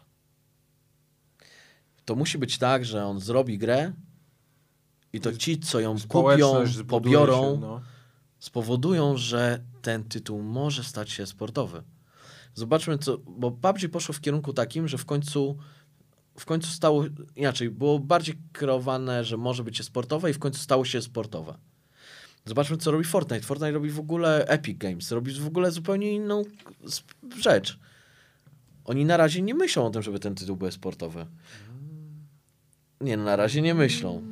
To musi być tak, że on zrobi grę i to ci, co ją kupią, pobiorą, spowodują, że ten tytuł może stać się sportowy. Zobaczmy, bo PUBG poszło w kierunku takim, że w końcu stało inaczej. Było bardziej kreowane, że może być sportowe i w końcu stało się sportowe. Zobaczmy, co robi Fortnite. Fortnite robi w ogóle Epic Games. Robi w ogóle zupełnie inną rzecz. Oni na razie nie myślą o tym, żeby ten tytuł był sportowy. Nie, na razie nie myślą.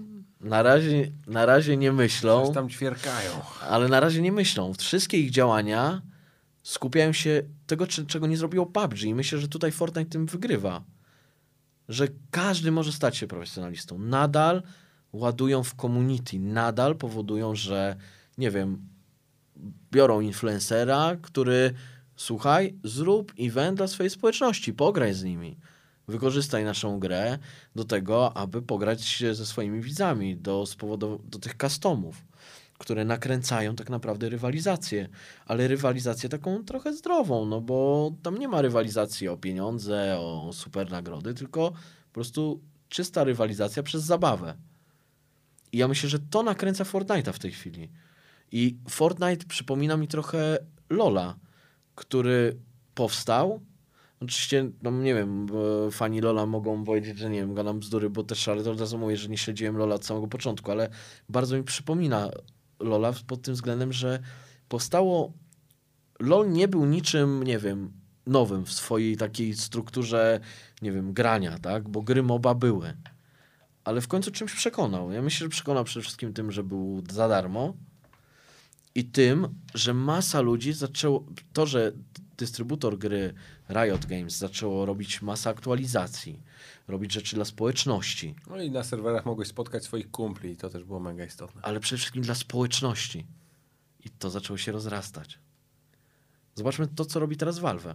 Na razie nie myślą. Coś tam ćwierkają. Ale na razie nie myślą. Wszystkie ich działania skupiają się tego, czego nie zrobiło PUBG. I myślę, że tutaj Fortnite tym wygrywa. Że każdy może stać się profesjonalistą. Nadal ładują w community. Nadal powodują, że nie wiem, biorą influencera, który słuchaj, zrób event dla swojej społeczności. Pograj z nimi. Wykorzystaj naszą grę do tego, aby pograć ze swoimi widzami, do tych customów, które nakręcają tak naprawdę rywalizację. Ale rywalizację taką trochę zdrową, no bo tam nie ma rywalizacji o pieniądze, o super nagrody, tylko po prostu czysta rywalizacja przez zabawę. I ja myślę, że to nakręca Fortnite'a w tej chwili. I Fortnite przypomina mi trochę LoL'a, który powstał. Oczywiście, no nie wiem, fani LoL'a mogą powiedzieć, że nie wiem, gadam bzdury, bo też, ale to od razu mówię, że nie śledziłem LoL'a od samego początku, ale bardzo mi przypomina LoL'a pod tym względem, że powstało... LoL nie był niczym, nie wiem, nowym w swojej takiej strukturze, nie wiem, grania, tak? Bo gry MOBA były. Ale w końcu czymś przekonał. Ja myślę, że przekonał przede wszystkim tym, że był za darmo i tym, że masa ludzi zaczęło... To, że dystrybutor gry Riot Games zaczęło robić masę aktualizacji, robić rzeczy dla społeczności. No i na serwerach mogłeś spotkać swoich kumpli i to też było mega istotne. Ale przede wszystkim dla społeczności. I to zaczęło się rozrastać. Zobaczmy to, co robi teraz Valve.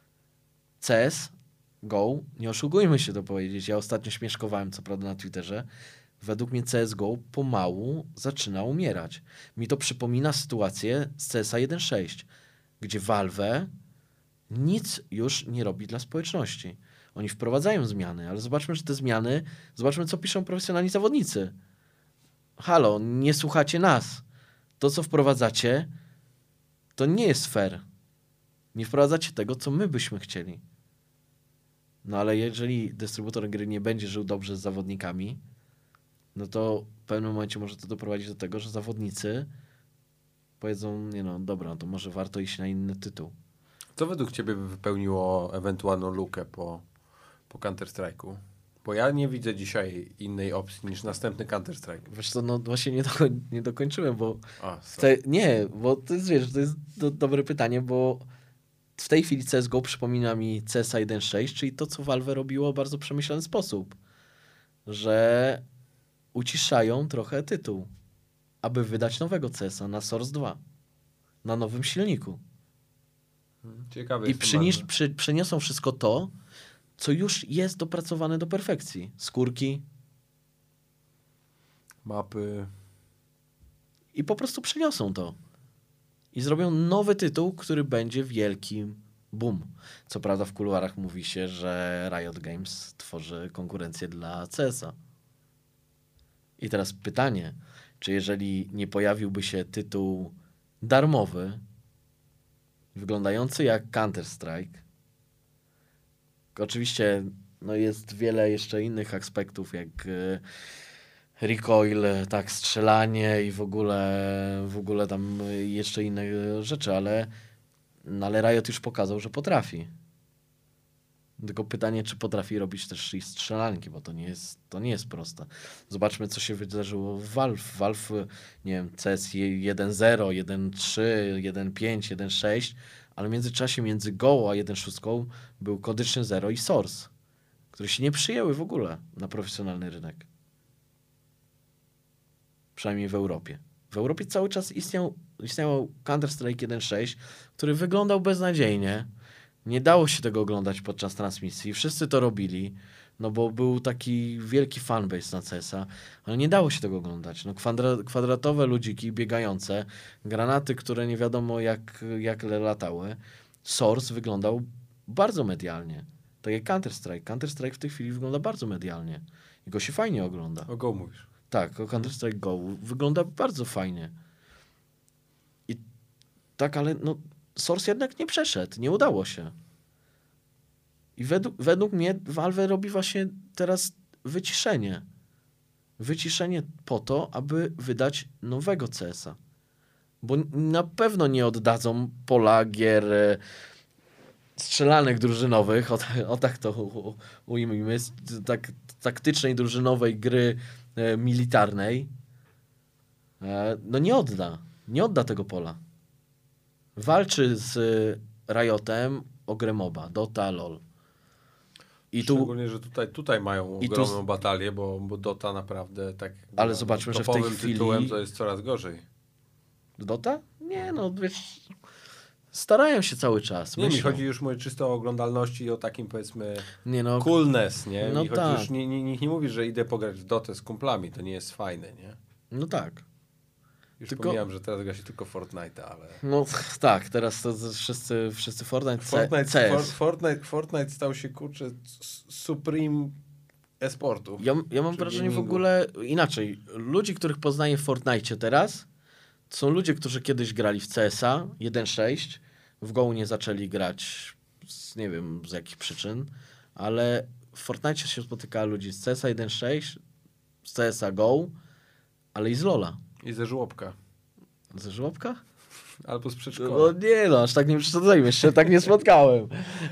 CSGO, nie oszukujmy się to powiedzieć, ja ostatnio śmieszkowałem, co prawda na Twitterze, według mnie CSGO pomału zaczyna umierać. Mi to przypomina sytuację z CSA 1.6, gdzie Valve nic już nie robi dla społeczności. Oni wprowadzają zmiany, ale zobaczmy, że te zmiany, zobaczmy, co piszą profesjonalni zawodnicy. Halo, nie słuchacie nas. To, co wprowadzacie, to nie jest fair. Nie wprowadzacie tego, co my byśmy chcieli. No ale jeżeli dystrybutor gry nie będzie żył dobrze z zawodnikami, no to w pewnym momencie może to doprowadzić do tego, że zawodnicy powiedzą, nie no, dobra, to może warto iść na inny tytuł. Co według ciebie by wypełniło ewentualną lukę po Counter-Strike'u? Bo ja nie widzę dzisiaj innej opcji niż następny Counter-Strike. Wiesz co, no właśnie nie dokończyłem, bo... bo to jest, wiesz, to jest dobre pytanie, bo w tej chwili CSGO przypomina mi CSA 1.6, czyli to, co Valve robiło w bardzo przemyślany sposób. Że uciszają trochę tytuł, aby wydać nowego CSa na Source 2. Na nowym silniku. Ciekawe I przeniosą wszystko to, co już jest dopracowane do perfekcji. Skórki. Mapy. I po prostu przeniosą to. I zrobią nowy tytuł, który będzie wielkim boom. Co prawda w kuluarach mówi się, że Riot Games tworzy konkurencję dla CS-a. I teraz pytanie, czy jeżeli nie pojawiłby się tytuł darmowy, wyglądający jak Counter-Strike, oczywiście no jest wiele jeszcze innych aspektów, jak recoil, tak, strzelanie i w ogóle tam jeszcze inne rzeczy, ale Riot już pokazał, że potrafi. Tylko pytanie, czy potrafi robić też i strzelanki, bo to nie jest proste. Zobaczmy, co się wydarzyło w Valve. Valve, nie wiem, CS 1.0, 1.3, 1.5, 1.6 Ale w międzyczasie między Go a 1.6 był Condition Zero i Source, które się nie przyjęły w ogóle na profesjonalny rynek. Przynajmniej w Europie. W Europie cały czas istniał Counter-Strike 1.6, który wyglądał beznadziejnie. Nie dało się tego oglądać podczas transmisji. Wszyscy to robili, no bo był taki wielki fanbase na CS-a, ale nie dało się tego oglądać. No kwadratowe ludziki biegające, granaty, które nie wiadomo jak latały. Source wyglądał bardzo medialnie. Tak jak Counter-Strike. Counter-Strike w tej chwili wygląda bardzo medialnie. I go się fajnie ogląda. O Go mówisz. Tak, o Counter-Strike Go. Wygląda bardzo fajnie. I tak, ale no, Source jednak nie przeszedł. Nie udało się. I według mnie Valve robi właśnie teraz wyciszenie. Wyciszenie po to, aby wydać nowego CS-a. Bo na pewno nie oddadzą pola gier strzelanych drużynowych, o tak to ujmijmy, taktycznej drużynowej gry militarnej. No nie odda. Nie odda tego pola. Walczy z Riotem o grę MOBA, Dota, LoL. Szczególnie, że tutaj mają ogromną batalię, bo Dota naprawdę tak... Ale zobaczmy, że w tej chwili... tytułem to jest coraz gorzej. Dota? Nie, no wiesz... Starają się cały czas. Nie, mi chodzi już czysto o oglądalności i o takim, powiedzmy, nie no, coolness, nie? No mi tak. chodzi już, nikt nie mówi, że idę pograć w Dotę z kumplami, to nie jest fajne, nie? No tak. Już pomijam, że teraz gra się tylko Fortnite'a, ale... No tak, teraz to wszyscy Fortnite stał się, kurczę, supreme e-sportu. Ja mam wrażenie w ogóle inaczej. Ludzi, których poznaję w Fortnite teraz, to są ludzie, którzy kiedyś grali w CS-a 1.6, w Go nie zaczęli grać nie wiem z jakich przyczyn, ale w Fortnite się spotyka ludzi z CS-a 1.6, z CS-a Go, ale i z LoL'a. I ze żłobka. Ze żłobka? Albo z przedszkola. No nie no, aż tak nie przesadzajmy, jeszcze tak nie spotkałem.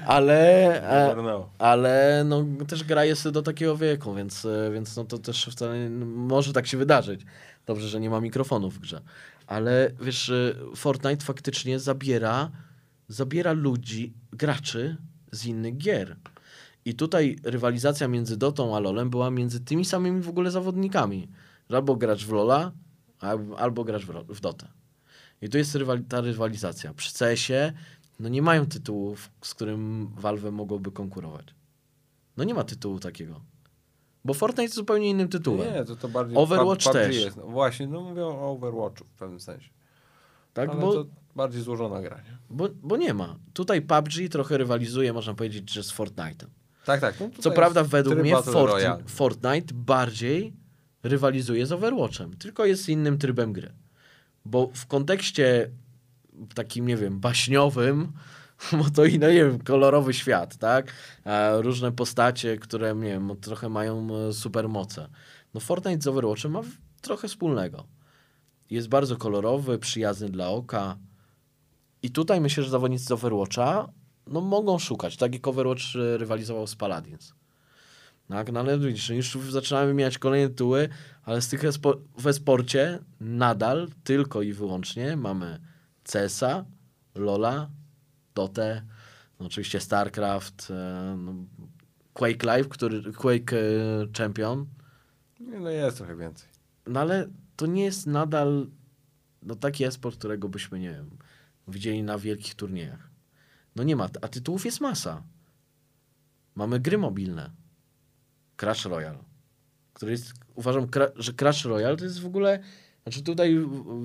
Ale no też gra jest do takiego wieku, więc no to też wcale może tak się wydarzyć. Dobrze, że nie ma mikrofonów w grze. Ale wiesz, Fortnite faktycznie zabiera ludzi, graczy z innych gier. I tutaj rywalizacja między Dotą a LoLem była między tymi samymi w ogóle zawodnikami. Albo gracz w LoLa, albo gracz w Dotę. I tu jest ta rywalizacja. Przy CS-ie no nie mają tytułów, z którym Valve mogłoby konkurować. No nie ma tytułu takiego. Bo Fortnite jest zupełnie innym tytułem. Nie, to bardziej Overwatch też. Jest. No właśnie, no mówię o Overwatchu w pewnym sensie. Tak, ale to bardziej złożona gra, nie? Bo nie ma. Tutaj PUBG trochę rywalizuje, można powiedzieć, że z Fortnite'em. Tak. No co prawda według mnie Fortnite bardziej rywalizuje z Overwatchem. Tylko jest innym trybem gry. Bo w kontekście takim, nie wiem, baśniowym, bo to i, no nie wiem, kolorowy świat, tak? Różne postacie, które, nie wiem, trochę mają supermoce. No Fortnite z Overwatchem ma trochę wspólnego. Jest bardzo kolorowy, przyjazny dla oka. I tutaj myślę, że zawodnicy z Overwatcha no mogą szukać, tak jak Overwatch rywalizował z Paladins. Tak, no ale widzisz, już zaczynamy wymieniać kolejne tytuły, ale z tych w e-sporcie nadal tylko i wyłącznie mamy CS-a, LoL'a, Dotę, no oczywiście StarCraft, no Quake Live, Quake Champion. No jest trochę więcej. No ale to nie jest nadal no taki e-sport, którego byśmy, nie wiem, widzieli na wielkich turniejach. No nie ma, a tytułów jest masa. Mamy gry mobilne. Clash Royale, który jest, uważam, że Clash Royale to jest w ogóle, znaczy tutaj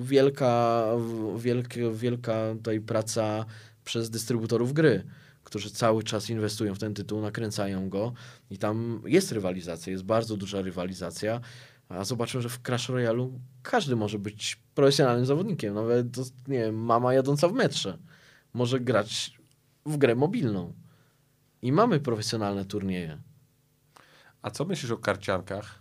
wielka tutaj praca przez dystrybutorów gry, którzy cały czas inwestują w ten tytuł, nakręcają go i tam jest rywalizacja, jest bardzo duża rywalizacja, a zobaczmy, że w Clash Royale'u każdy może być profesjonalnym zawodnikiem, nawet, to, nie wiem, mama jadąca w metrze może grać w grę mobilną i mamy profesjonalne turnieje. A co myślisz o karciankach?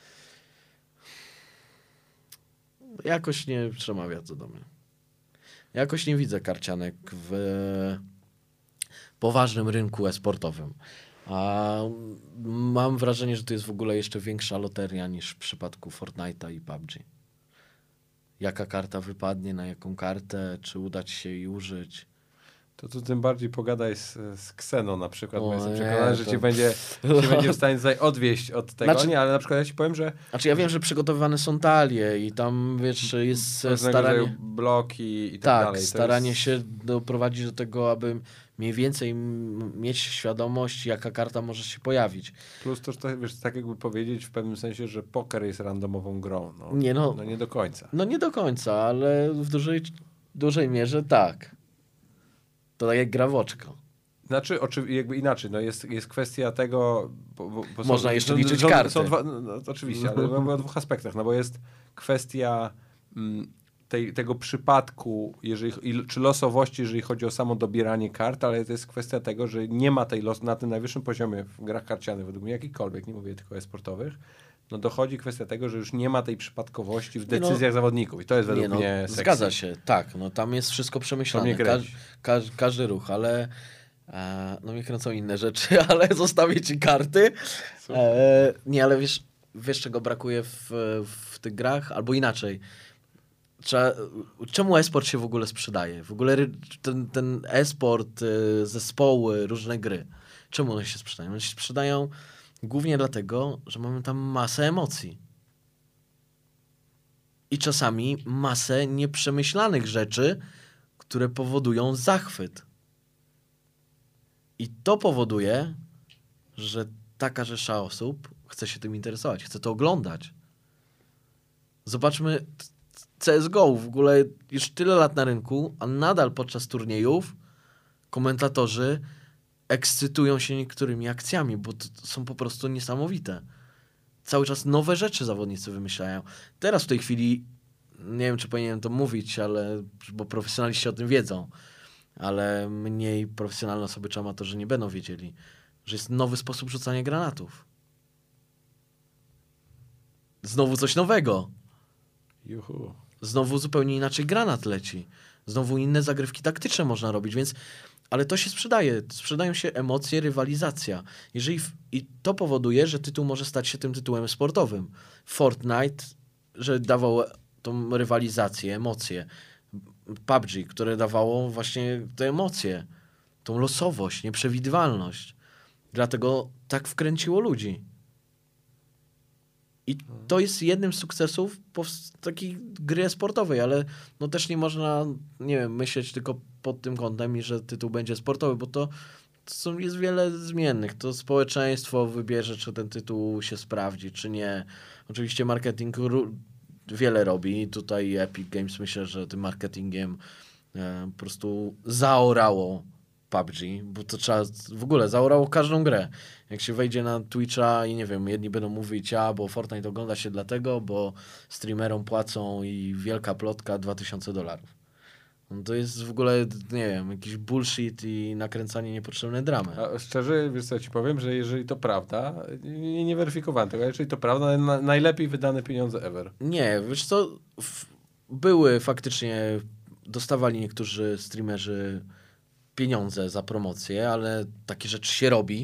Jakoś nie przemawia to do mnie. Jakoś nie widzę karcianek w poważnym rynku e-sportowym. A mam wrażenie, że to jest w ogóle jeszcze większa loteria niż w przypadku Fortnite'a i PUBG. Jaka karta wypadnie, na jaką kartę, czy uda ci się jej użyć. To tu tym bardziej pogadaj z Xeno na przykład, bo O jestem nie, przekonany, że to- cię będzie w stanie tutaj odwieść od tego. Znaczy- Nie, ale na przykład ja ci powiem, że Znaczy ja wiem, że przygotowywane są talie i tam, wiesz, jest różnego rodzaju staranie... bloki i tak Tak, dalej. To staranie jest... się doprowadzić do tego, aby mniej więcej mieć świadomość, jaka karta może się pojawić. Plus to, że wiesz, tak jakby powiedzieć w pewnym sensie, że poker jest randomową grą. No, Nie, no. no nie do końca. No nie do końca, ale w dużej mierze tak. To tak jak gra w oczko. Znaczy, jakby inaczej, no jest kwestia tego... Bo Można jeszcze liczyć karty. Są dwa, no, to oczywiście, ale mówię o dwóch aspektach, no bo jest kwestia tego przypadku, czy losowości, jeżeli chodzi o samo dobieranie kart, ale to jest kwestia tego, że nie ma tej na tym najwyższym poziomie w grach karcianych, według mnie jakikolwiek, nie mówię tylko o e-sportowych, no dochodzi kwestia tego, że już nie ma tej przypadkowości w decyzjach zawodników i to jest według mnie sexy. Zgadza się, tak, no tam jest wszystko przemyślane, każdy ruch, ale no mnie kręcą inne rzeczy, ale zostawię ci karty. Nie, ale wiesz czego brakuje w tych grach, albo inaczej. Czemu e-sport się w ogóle sprzedaje? W ogóle ten e-sport, zespoły, różne gry. Czemu one się sprzedają? One się sprzedają głównie dlatego, że mamy tam masę emocji. I czasami masę nieprzemyślanych rzeczy, które powodują zachwyt. I to powoduje, że taka rzesza osób chce się tym interesować, chce to oglądać. Zobaczmy CSGO, w ogóle już tyle lat na rynku, a nadal podczas turniejów komentatorzy ekscytują się niektórymi akcjami, bo to są po prostu niesamowite. Cały czas nowe rzeczy zawodnicy wymyślają. Teraz w tej chwili, nie wiem czy powinienem to mówić, bo profesjonaliści o tym wiedzą, ale mniej profesjonalne osoby czy amatorzy nie będą wiedzieli, że jest nowy sposób rzucania granatów. Znowu coś nowego. Juhu. Znowu zupełnie inaczej granat leci. Znowu inne zagrywki taktyczne można robić, więc... Ale to się sprzedaje. Sprzedają się emocje, rywalizacja. I to powoduje, że tytuł może stać się tym tytułem sportowym. Fortnite, że dawał tą rywalizację, emocje. PUBG, które dawało właśnie te emocje. Tą losowość, nieprzewidywalność. Dlatego tak wkręciło ludzi. I to jest jednym z sukcesów takiej gry sportowej, ale no też nie można, nie wiem, myśleć tylko pod tym kątem, i że tytuł będzie sportowy, bo jest wiele zmiennych. To społeczeństwo wybierze, czy ten tytuł się sprawdzi, czy nie. Oczywiście marketing wiele robi. Tutaj Epic Games myślę, że tym marketingiem po prostu zaorało PUBG, bo to trzeba, w ogóle zaorało każdą grę. Jak się wejdzie na Twitcha i nie wiem, jedni będą mówić, bo Fortnite ogląda się dlatego, bo streamerom płacą i wielka plotka $2000. No to jest w ogóle, nie wiem, jakiś bullshit i nakręcanie niepotrzebnej dramy. A szczerze, wiesz co ci powiem, że jeżeli to prawda, nie weryfikowałem tego, jeżeli to prawda, najlepiej wydane pieniądze ever. Nie, wiesz co, były faktycznie, dostawali niektórzy streamerzy pieniądze za promocję, ale takie rzeczy się robi.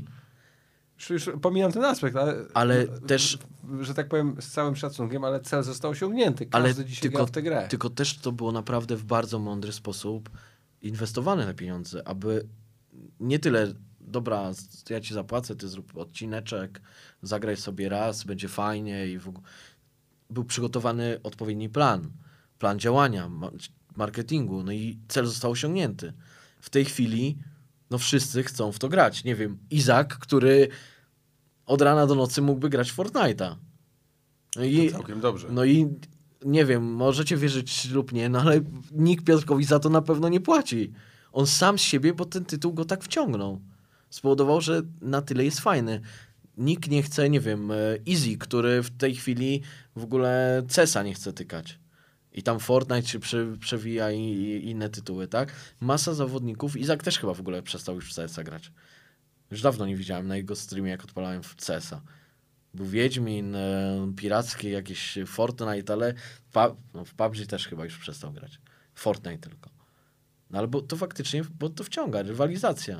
Już pomijam ten aspekt, ale też, że tak powiem z całym szacunkiem, ale cel został osiągnięty. Każdy dzisiaj gra w tę grę. Tylko też to było naprawdę w bardzo mądry sposób inwestowane te pieniądze, aby nie tyle, dobra, ja ci zapłacę, ty zrób odcineczek, zagraj sobie raz, będzie fajnie i był przygotowany odpowiedni plan działania, marketingu, no i cel został osiągnięty. W tej chwili no wszyscy chcą w to grać. Nie wiem, Izak, który od rana do nocy mógłby grać w Fortnite'a. No i, to całkiem dobrze. No i nie wiem, możecie wierzyć lub nie, no ale nikt Piotrkowi za to na pewno nie płaci. On sam z siebie, bo ten tytuł go tak wciągnął. Spowodował, że na tyle jest fajny. Nikt nie chce, nie wiem, Easy, który w tej chwili w ogóle CESa nie chce tykać. I tam Fortnite się przewija i inne tytuły, tak? Masa zawodników. Izak też chyba w ogóle przestał już w CS-a grać. Już dawno nie widziałem na jego streamie, jak odpalałem w CS-a. Był Wiedźmin, piracki, jakiś Fortnite, ale w PUBG też chyba już przestał grać. Fortnite tylko. No ale to faktycznie, bo to wciąga, rywalizacja.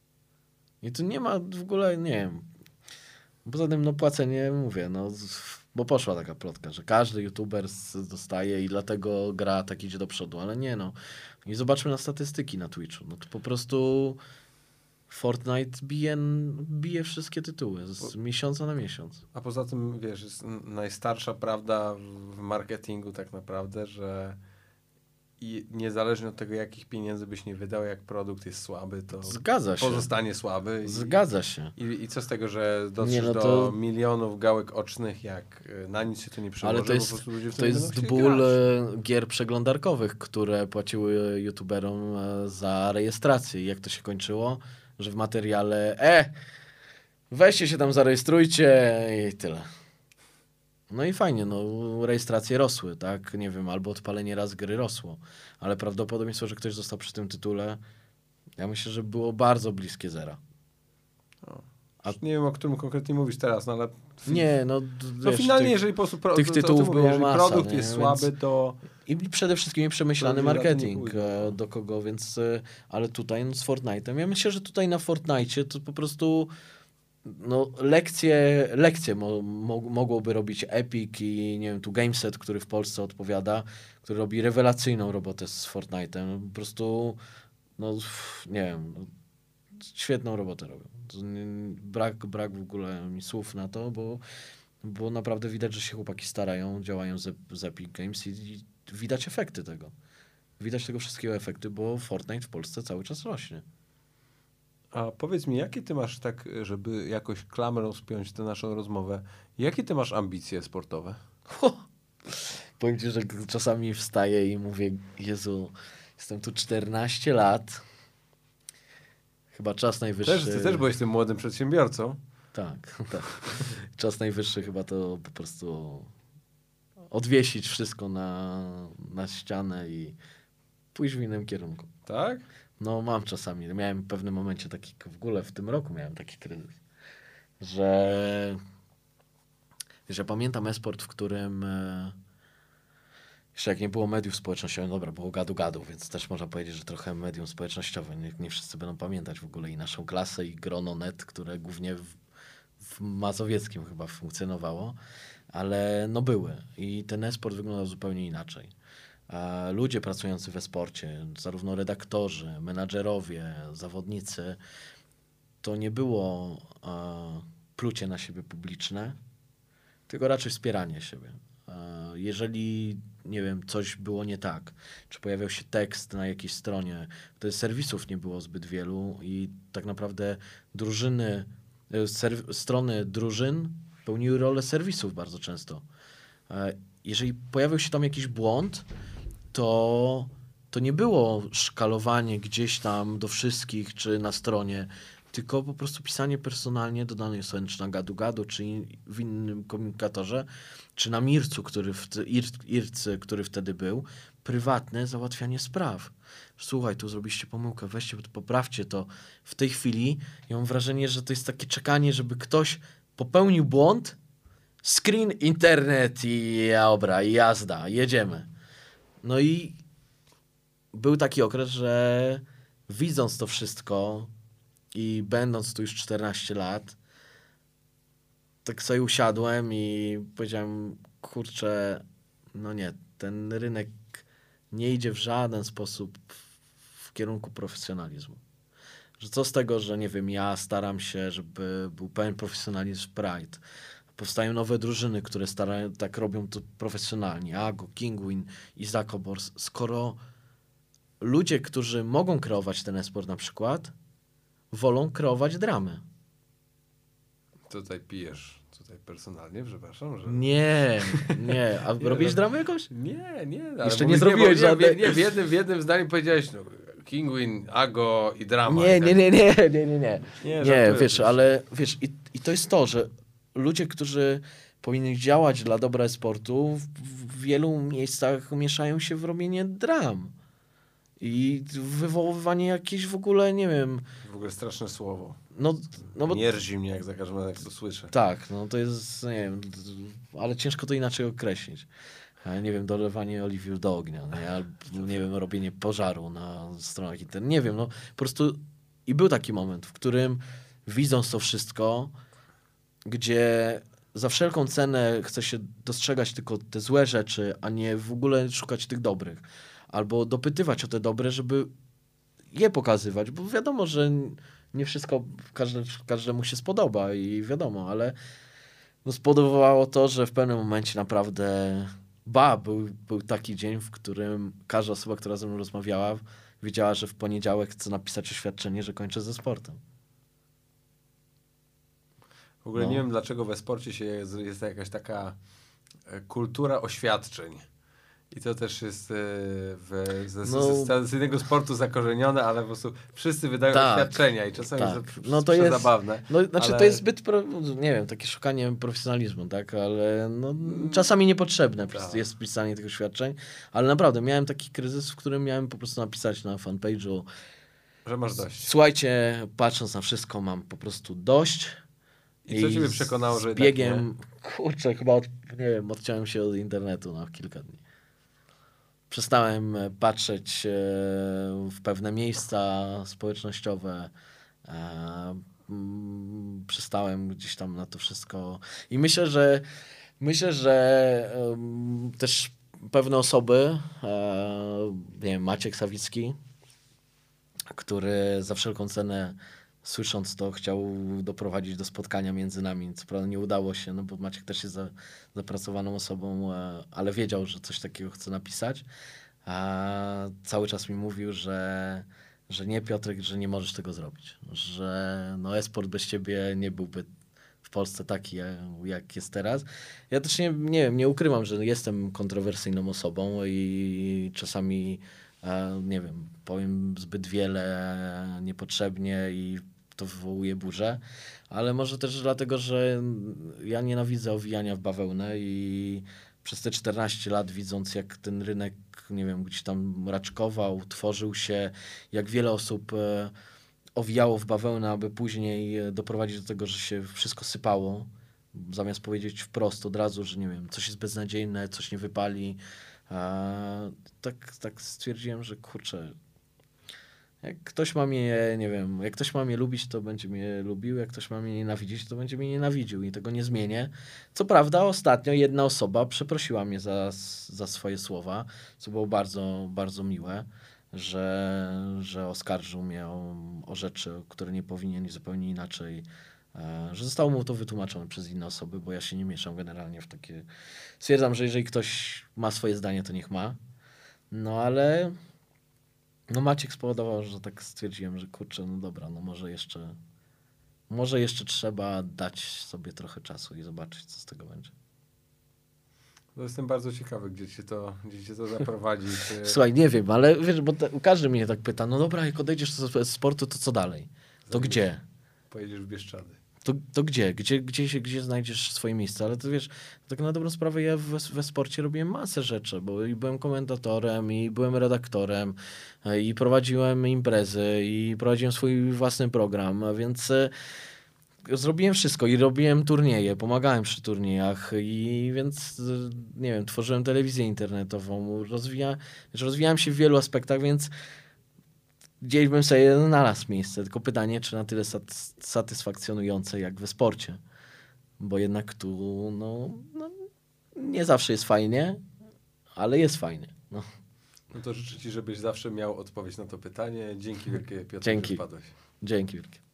I tu nie ma w ogóle, nie wiem. Poza tym, no płacenie, mówię, no bo poszła taka plotka, że każdy youtuber dostaje i dlatego gra tak idzie do przodu, ale nie no. I zobaczmy na statystyki na Twitchu. No to po prostu Fortnite bije wszystkie tytuły z miesiąca na miesiąc. A poza tym, wiesz, jest najstarsza prawda w marketingu tak naprawdę, że i niezależnie od tego, jakich pieniędzy byś nie wydał, jak produkt jest słaby, to Zgadza się. pozostanie słaby. Zgadza się. I co z tego, że dotrzesz Nie, no do to- milionów gałek ocznych, jak na nic się to nie przełoży, Ale to jest, bo po prostu ludzie w to nie jest będą chcieli ból grać. gier przeglądarkowych, które płaciły youtuberom za rejestrację. I jak to się kończyło? Że w materiale weźcie się tam zarejestrujcie i tyle. No i fajnie, no rejestracje rosły, tak? Nie wiem, albo odpalenie raz gry rosło. Ale prawdopodobieństwo, że ktoś został przy tym tytule, ja myślę, że było bardzo bliskie zera. A- Nie wiem, o którym konkretnie mówisz teraz, no ale... Nie, no No wiesz, finalnie, tych- jeżeli po prostu tych to, co tytułów ty było mówisz, jeżeli masa, produkt nie? jest Więc- słaby, to... I przede wszystkim nieprzemyślany To ludzie za to nie marketing, pójdą, no. do kogo, więc, ale tutaj no, z Fortnite'em, ja myślę, że tutaj na Fortnite'cie to po prostu no, lekcje mogłoby robić Epic i nie wiem, tu Gameset, który w Polsce odpowiada, który robi rewelacyjną robotę z Fortnite'em, po prostu no, nie wiem, no, świetną robotę robią. To brak w ogóle mi słów na to, bo naprawdę widać, że się chłopaki starają, działają z Epic Games i widać efekty tego. Widać tego wszystkiego efekty, bo Fortnite w Polsce cały czas rośnie. A powiedz mi, jakie ty masz tak, żeby jakoś klamrą spiąć tę naszą rozmowę, jakie ty masz ambicje sportowe? Powiem ci, że czasami wstaję i mówię, Jezu, jestem tu 14 lat. Chyba czas najwyższy. Ty też byłeś tym młodym przedsiębiorcą. Tak, tak. Czas najwyższy chyba to po prostu odwiesić wszystko na ścianę i pójść w innym kierunku. Tak? No mam czasami, miałem w pewnym momencie taki, w ogóle w tym roku miałem taki kryzys, że wiesz, ja pamiętam e-sport, w którym jeszcze jak nie było mediów społecznościowych, dobra, było gadu, więc też można powiedzieć, że trochę medium społecznościowe, nie wszyscy będą pamiętać w ogóle i naszą klasę i grono net, które głównie w Mazowieckim chyba funkcjonowało, ale no były i ten e-sport wyglądał zupełnie inaczej. A ludzie pracujący w e-sporcie, zarówno redaktorzy, menadżerowie, zawodnicy, to nie było plucie na siebie publiczne, tylko raczej wspieranie siebie. Jeżeli, nie wiem, coś było nie tak, czy pojawiał się tekst na jakiejś stronie, wtedy serwisów nie było zbyt wielu i tak naprawdę strony drużyn pełniły rolę serwisów bardzo często. Jeżeli pojawił się tam jakiś błąd, to nie było szkalowanie gdzieś tam do wszystkich, czy na stronie, tylko po prostu pisanie personalnie do danej osoby, czy na gadu-gadu, czy w innym komunikatorze, czy na Mircu, Ircy, który wtedy był, prywatne załatwianie spraw. Słuchaj, tu zrobiliście pomyłkę, weźcie, poprawcie to. W tej chwili ja mam wrażenie, że to jest takie czekanie, żeby ktoś popełnił błąd, screen, internet i dobra, i jazda, jedziemy. No i był taki okres, że widząc to wszystko i będąc tu już 14 lat, tak sobie usiadłem i powiedziałem, kurczę, no nie, ten rynek nie idzie w żaden sposób w kierunku profesjonalizmu. Że co z tego, że nie wiem, ja staram się, żeby był pełen profesjonalizm w Pride. Powstają nowe drużyny, które tak robią to profesjonalnie. Ago, Kingwin i Zakobors. Skoro ludzie, którzy mogą kreować ten e-sport na przykład, wolą kreować dramy. Tutaj pijesz, tutaj personalnie, przepraszam, że... Nie. A robisz dramę jakąś? Nie, ale Jeszcze nie zrobiłeś żadnej... Nie, w jednym zdaniu powiedziałeś, no, Kingwin, Ago i drama. Nie. Nie, Nie, wiesz, ale wiesz, i to jest to, że ludzie, którzy powinni działać dla dobra e-sportu, w wielu miejscach mieszają się w robienie dram. I wywoływanie jakieś w ogóle, nie wiem... W ogóle straszne słowo. No bo... Mierzi mnie, jak za każdym razem, jak to słyszę. Tak, no to jest, nie wiem, ale ciężko to inaczej określić. Nie wiem, dolewanie oliwy do ognia, nie? Albo, nie wiem, robienie pożaru na stronach internetowych. Nie wiem, no po prostu i był taki moment, w którym widząc to wszystko, gdzie za wszelką cenę chce się dostrzegać tylko te złe rzeczy, a nie w ogóle szukać tych dobrych. albo dopytywać o te dobre, żeby je pokazywać, bo wiadomo, że nie wszystko każdemu się spodoba i wiadomo, ale no spodobało to, że w pewnym momencie naprawdę był taki dzień, w którym każda osoba, która ze mną rozmawiała, wiedziała, że w poniedziałek chcę napisać oświadczenie, że kończę ze sportem. W ogóle No. nie wiem, dlaczego we sporcie jest jakaś taka kultura oświadczeń. I to też jest z innego sportu zakorzenione, ale po prostu wszyscy wydają oświadczenia i czasami to jest zabawne. No, znaczy ale... to jest zbyt, nie wiem, takie szukanie profesjonalizmu, tak, ale no, czasami niepotrzebne jest pisanie tych oświadczeń, ale naprawdę miałem taki kryzys, w którym miałem po prostu napisać na fanpage'u, że masz dość. Słuchajcie, patrząc na wszystko, mam po prostu dość. I co ciebie przekonało, że z biegiem, kurczę, chyba odciąłem się od internetu na kilka dni. Przestałem patrzeć w pewne miejsca społecznościowe. Przestałem gdzieś tam na to wszystko. I myślę, że też pewne osoby, nie wiem, Maciek Sawicki, który za wszelką cenę, słysząc to, chciał doprowadzić do spotkania między nami. Co prawda nie udało się, no bo Maciek też jest zapracowaną osobą, ale wiedział, że coś takiego chce napisać. A cały czas mi mówił, że nie, Piotrek, że nie możesz tego zrobić. Że no e-sport bez ciebie nie byłby w Polsce taki, jak jest teraz. Ja też nie ukrywam, że jestem kontrowersyjną osobą i czasami nie wiem, powiem zbyt wiele niepotrzebnie i to wywołuje burzę, ale może też dlatego, że ja nienawidzę owijania w bawełnę i przez te 14 lat widząc, jak ten rynek, nie wiem, gdzieś tam raczkował, tworzył się, jak wiele osób owijało w bawełnę, aby później doprowadzić do tego, że się wszystko sypało, zamiast powiedzieć wprost od razu, że nie wiem, coś jest beznadziejne, coś nie wypali. Tak stwierdziłem, że kurczę, jak ktoś ma mnie, nie wiem, jak ktoś ma mnie lubić, to będzie mnie lubił, jak ktoś ma mnie nienawidzić, to będzie mnie nienawidził i tego nie zmienię. Co prawda ostatnio jedna osoba przeprosiła mnie za swoje słowa, co było bardzo, bardzo miłe, że oskarżył mnie o rzeczy, które nie powinien i zupełnie inaczej, że zostało mu to wytłumaczone przez inne osoby, bo ja się nie mieszam generalnie w takie... Stwierdzam, że jeżeli ktoś ma swoje zdanie, to niech ma. No ale no Maciek spowodował, że tak stwierdziłem, że kurczę, no dobra, no może jeszcze trzeba dać sobie trochę czasu i zobaczyć, co z tego będzie. No jestem bardzo ciekawy, gdzie cię to zaprowadzi. Słuchaj, nie wiem, ale wiesz, bo każdy mnie tak pyta, no dobra, jak odejdziesz z sportu, to co dalej? To gdzie? Pojedziesz w Bieszczady. To gdzie? Gdzie znajdziesz swoje miejsce? Ale to wiesz, tak na dobrą sprawę ja we sporcie robiłem masę rzeczy, bo i byłem komentatorem, i byłem redaktorem, i prowadziłem imprezy, i prowadziłem swój własny program, więc zrobiłem wszystko i robiłem turnieje, pomagałem przy turniejach i więc, nie wiem, tworzyłem telewizję internetową, rozwijałem się w wielu aspektach, więc gdzieś bym sobie znalazł miejsce. Tylko pytanie, czy na tyle satysfakcjonujące jak we sporcie. Bo jednak tu no, nie zawsze jest fajnie, ale jest fajnie. No to życzę ci, żebyś zawsze miał odpowiedź na to pytanie. Dzięki wielkie, Piotr, Dzięki. że wpadłeś. Dzięki wielkie.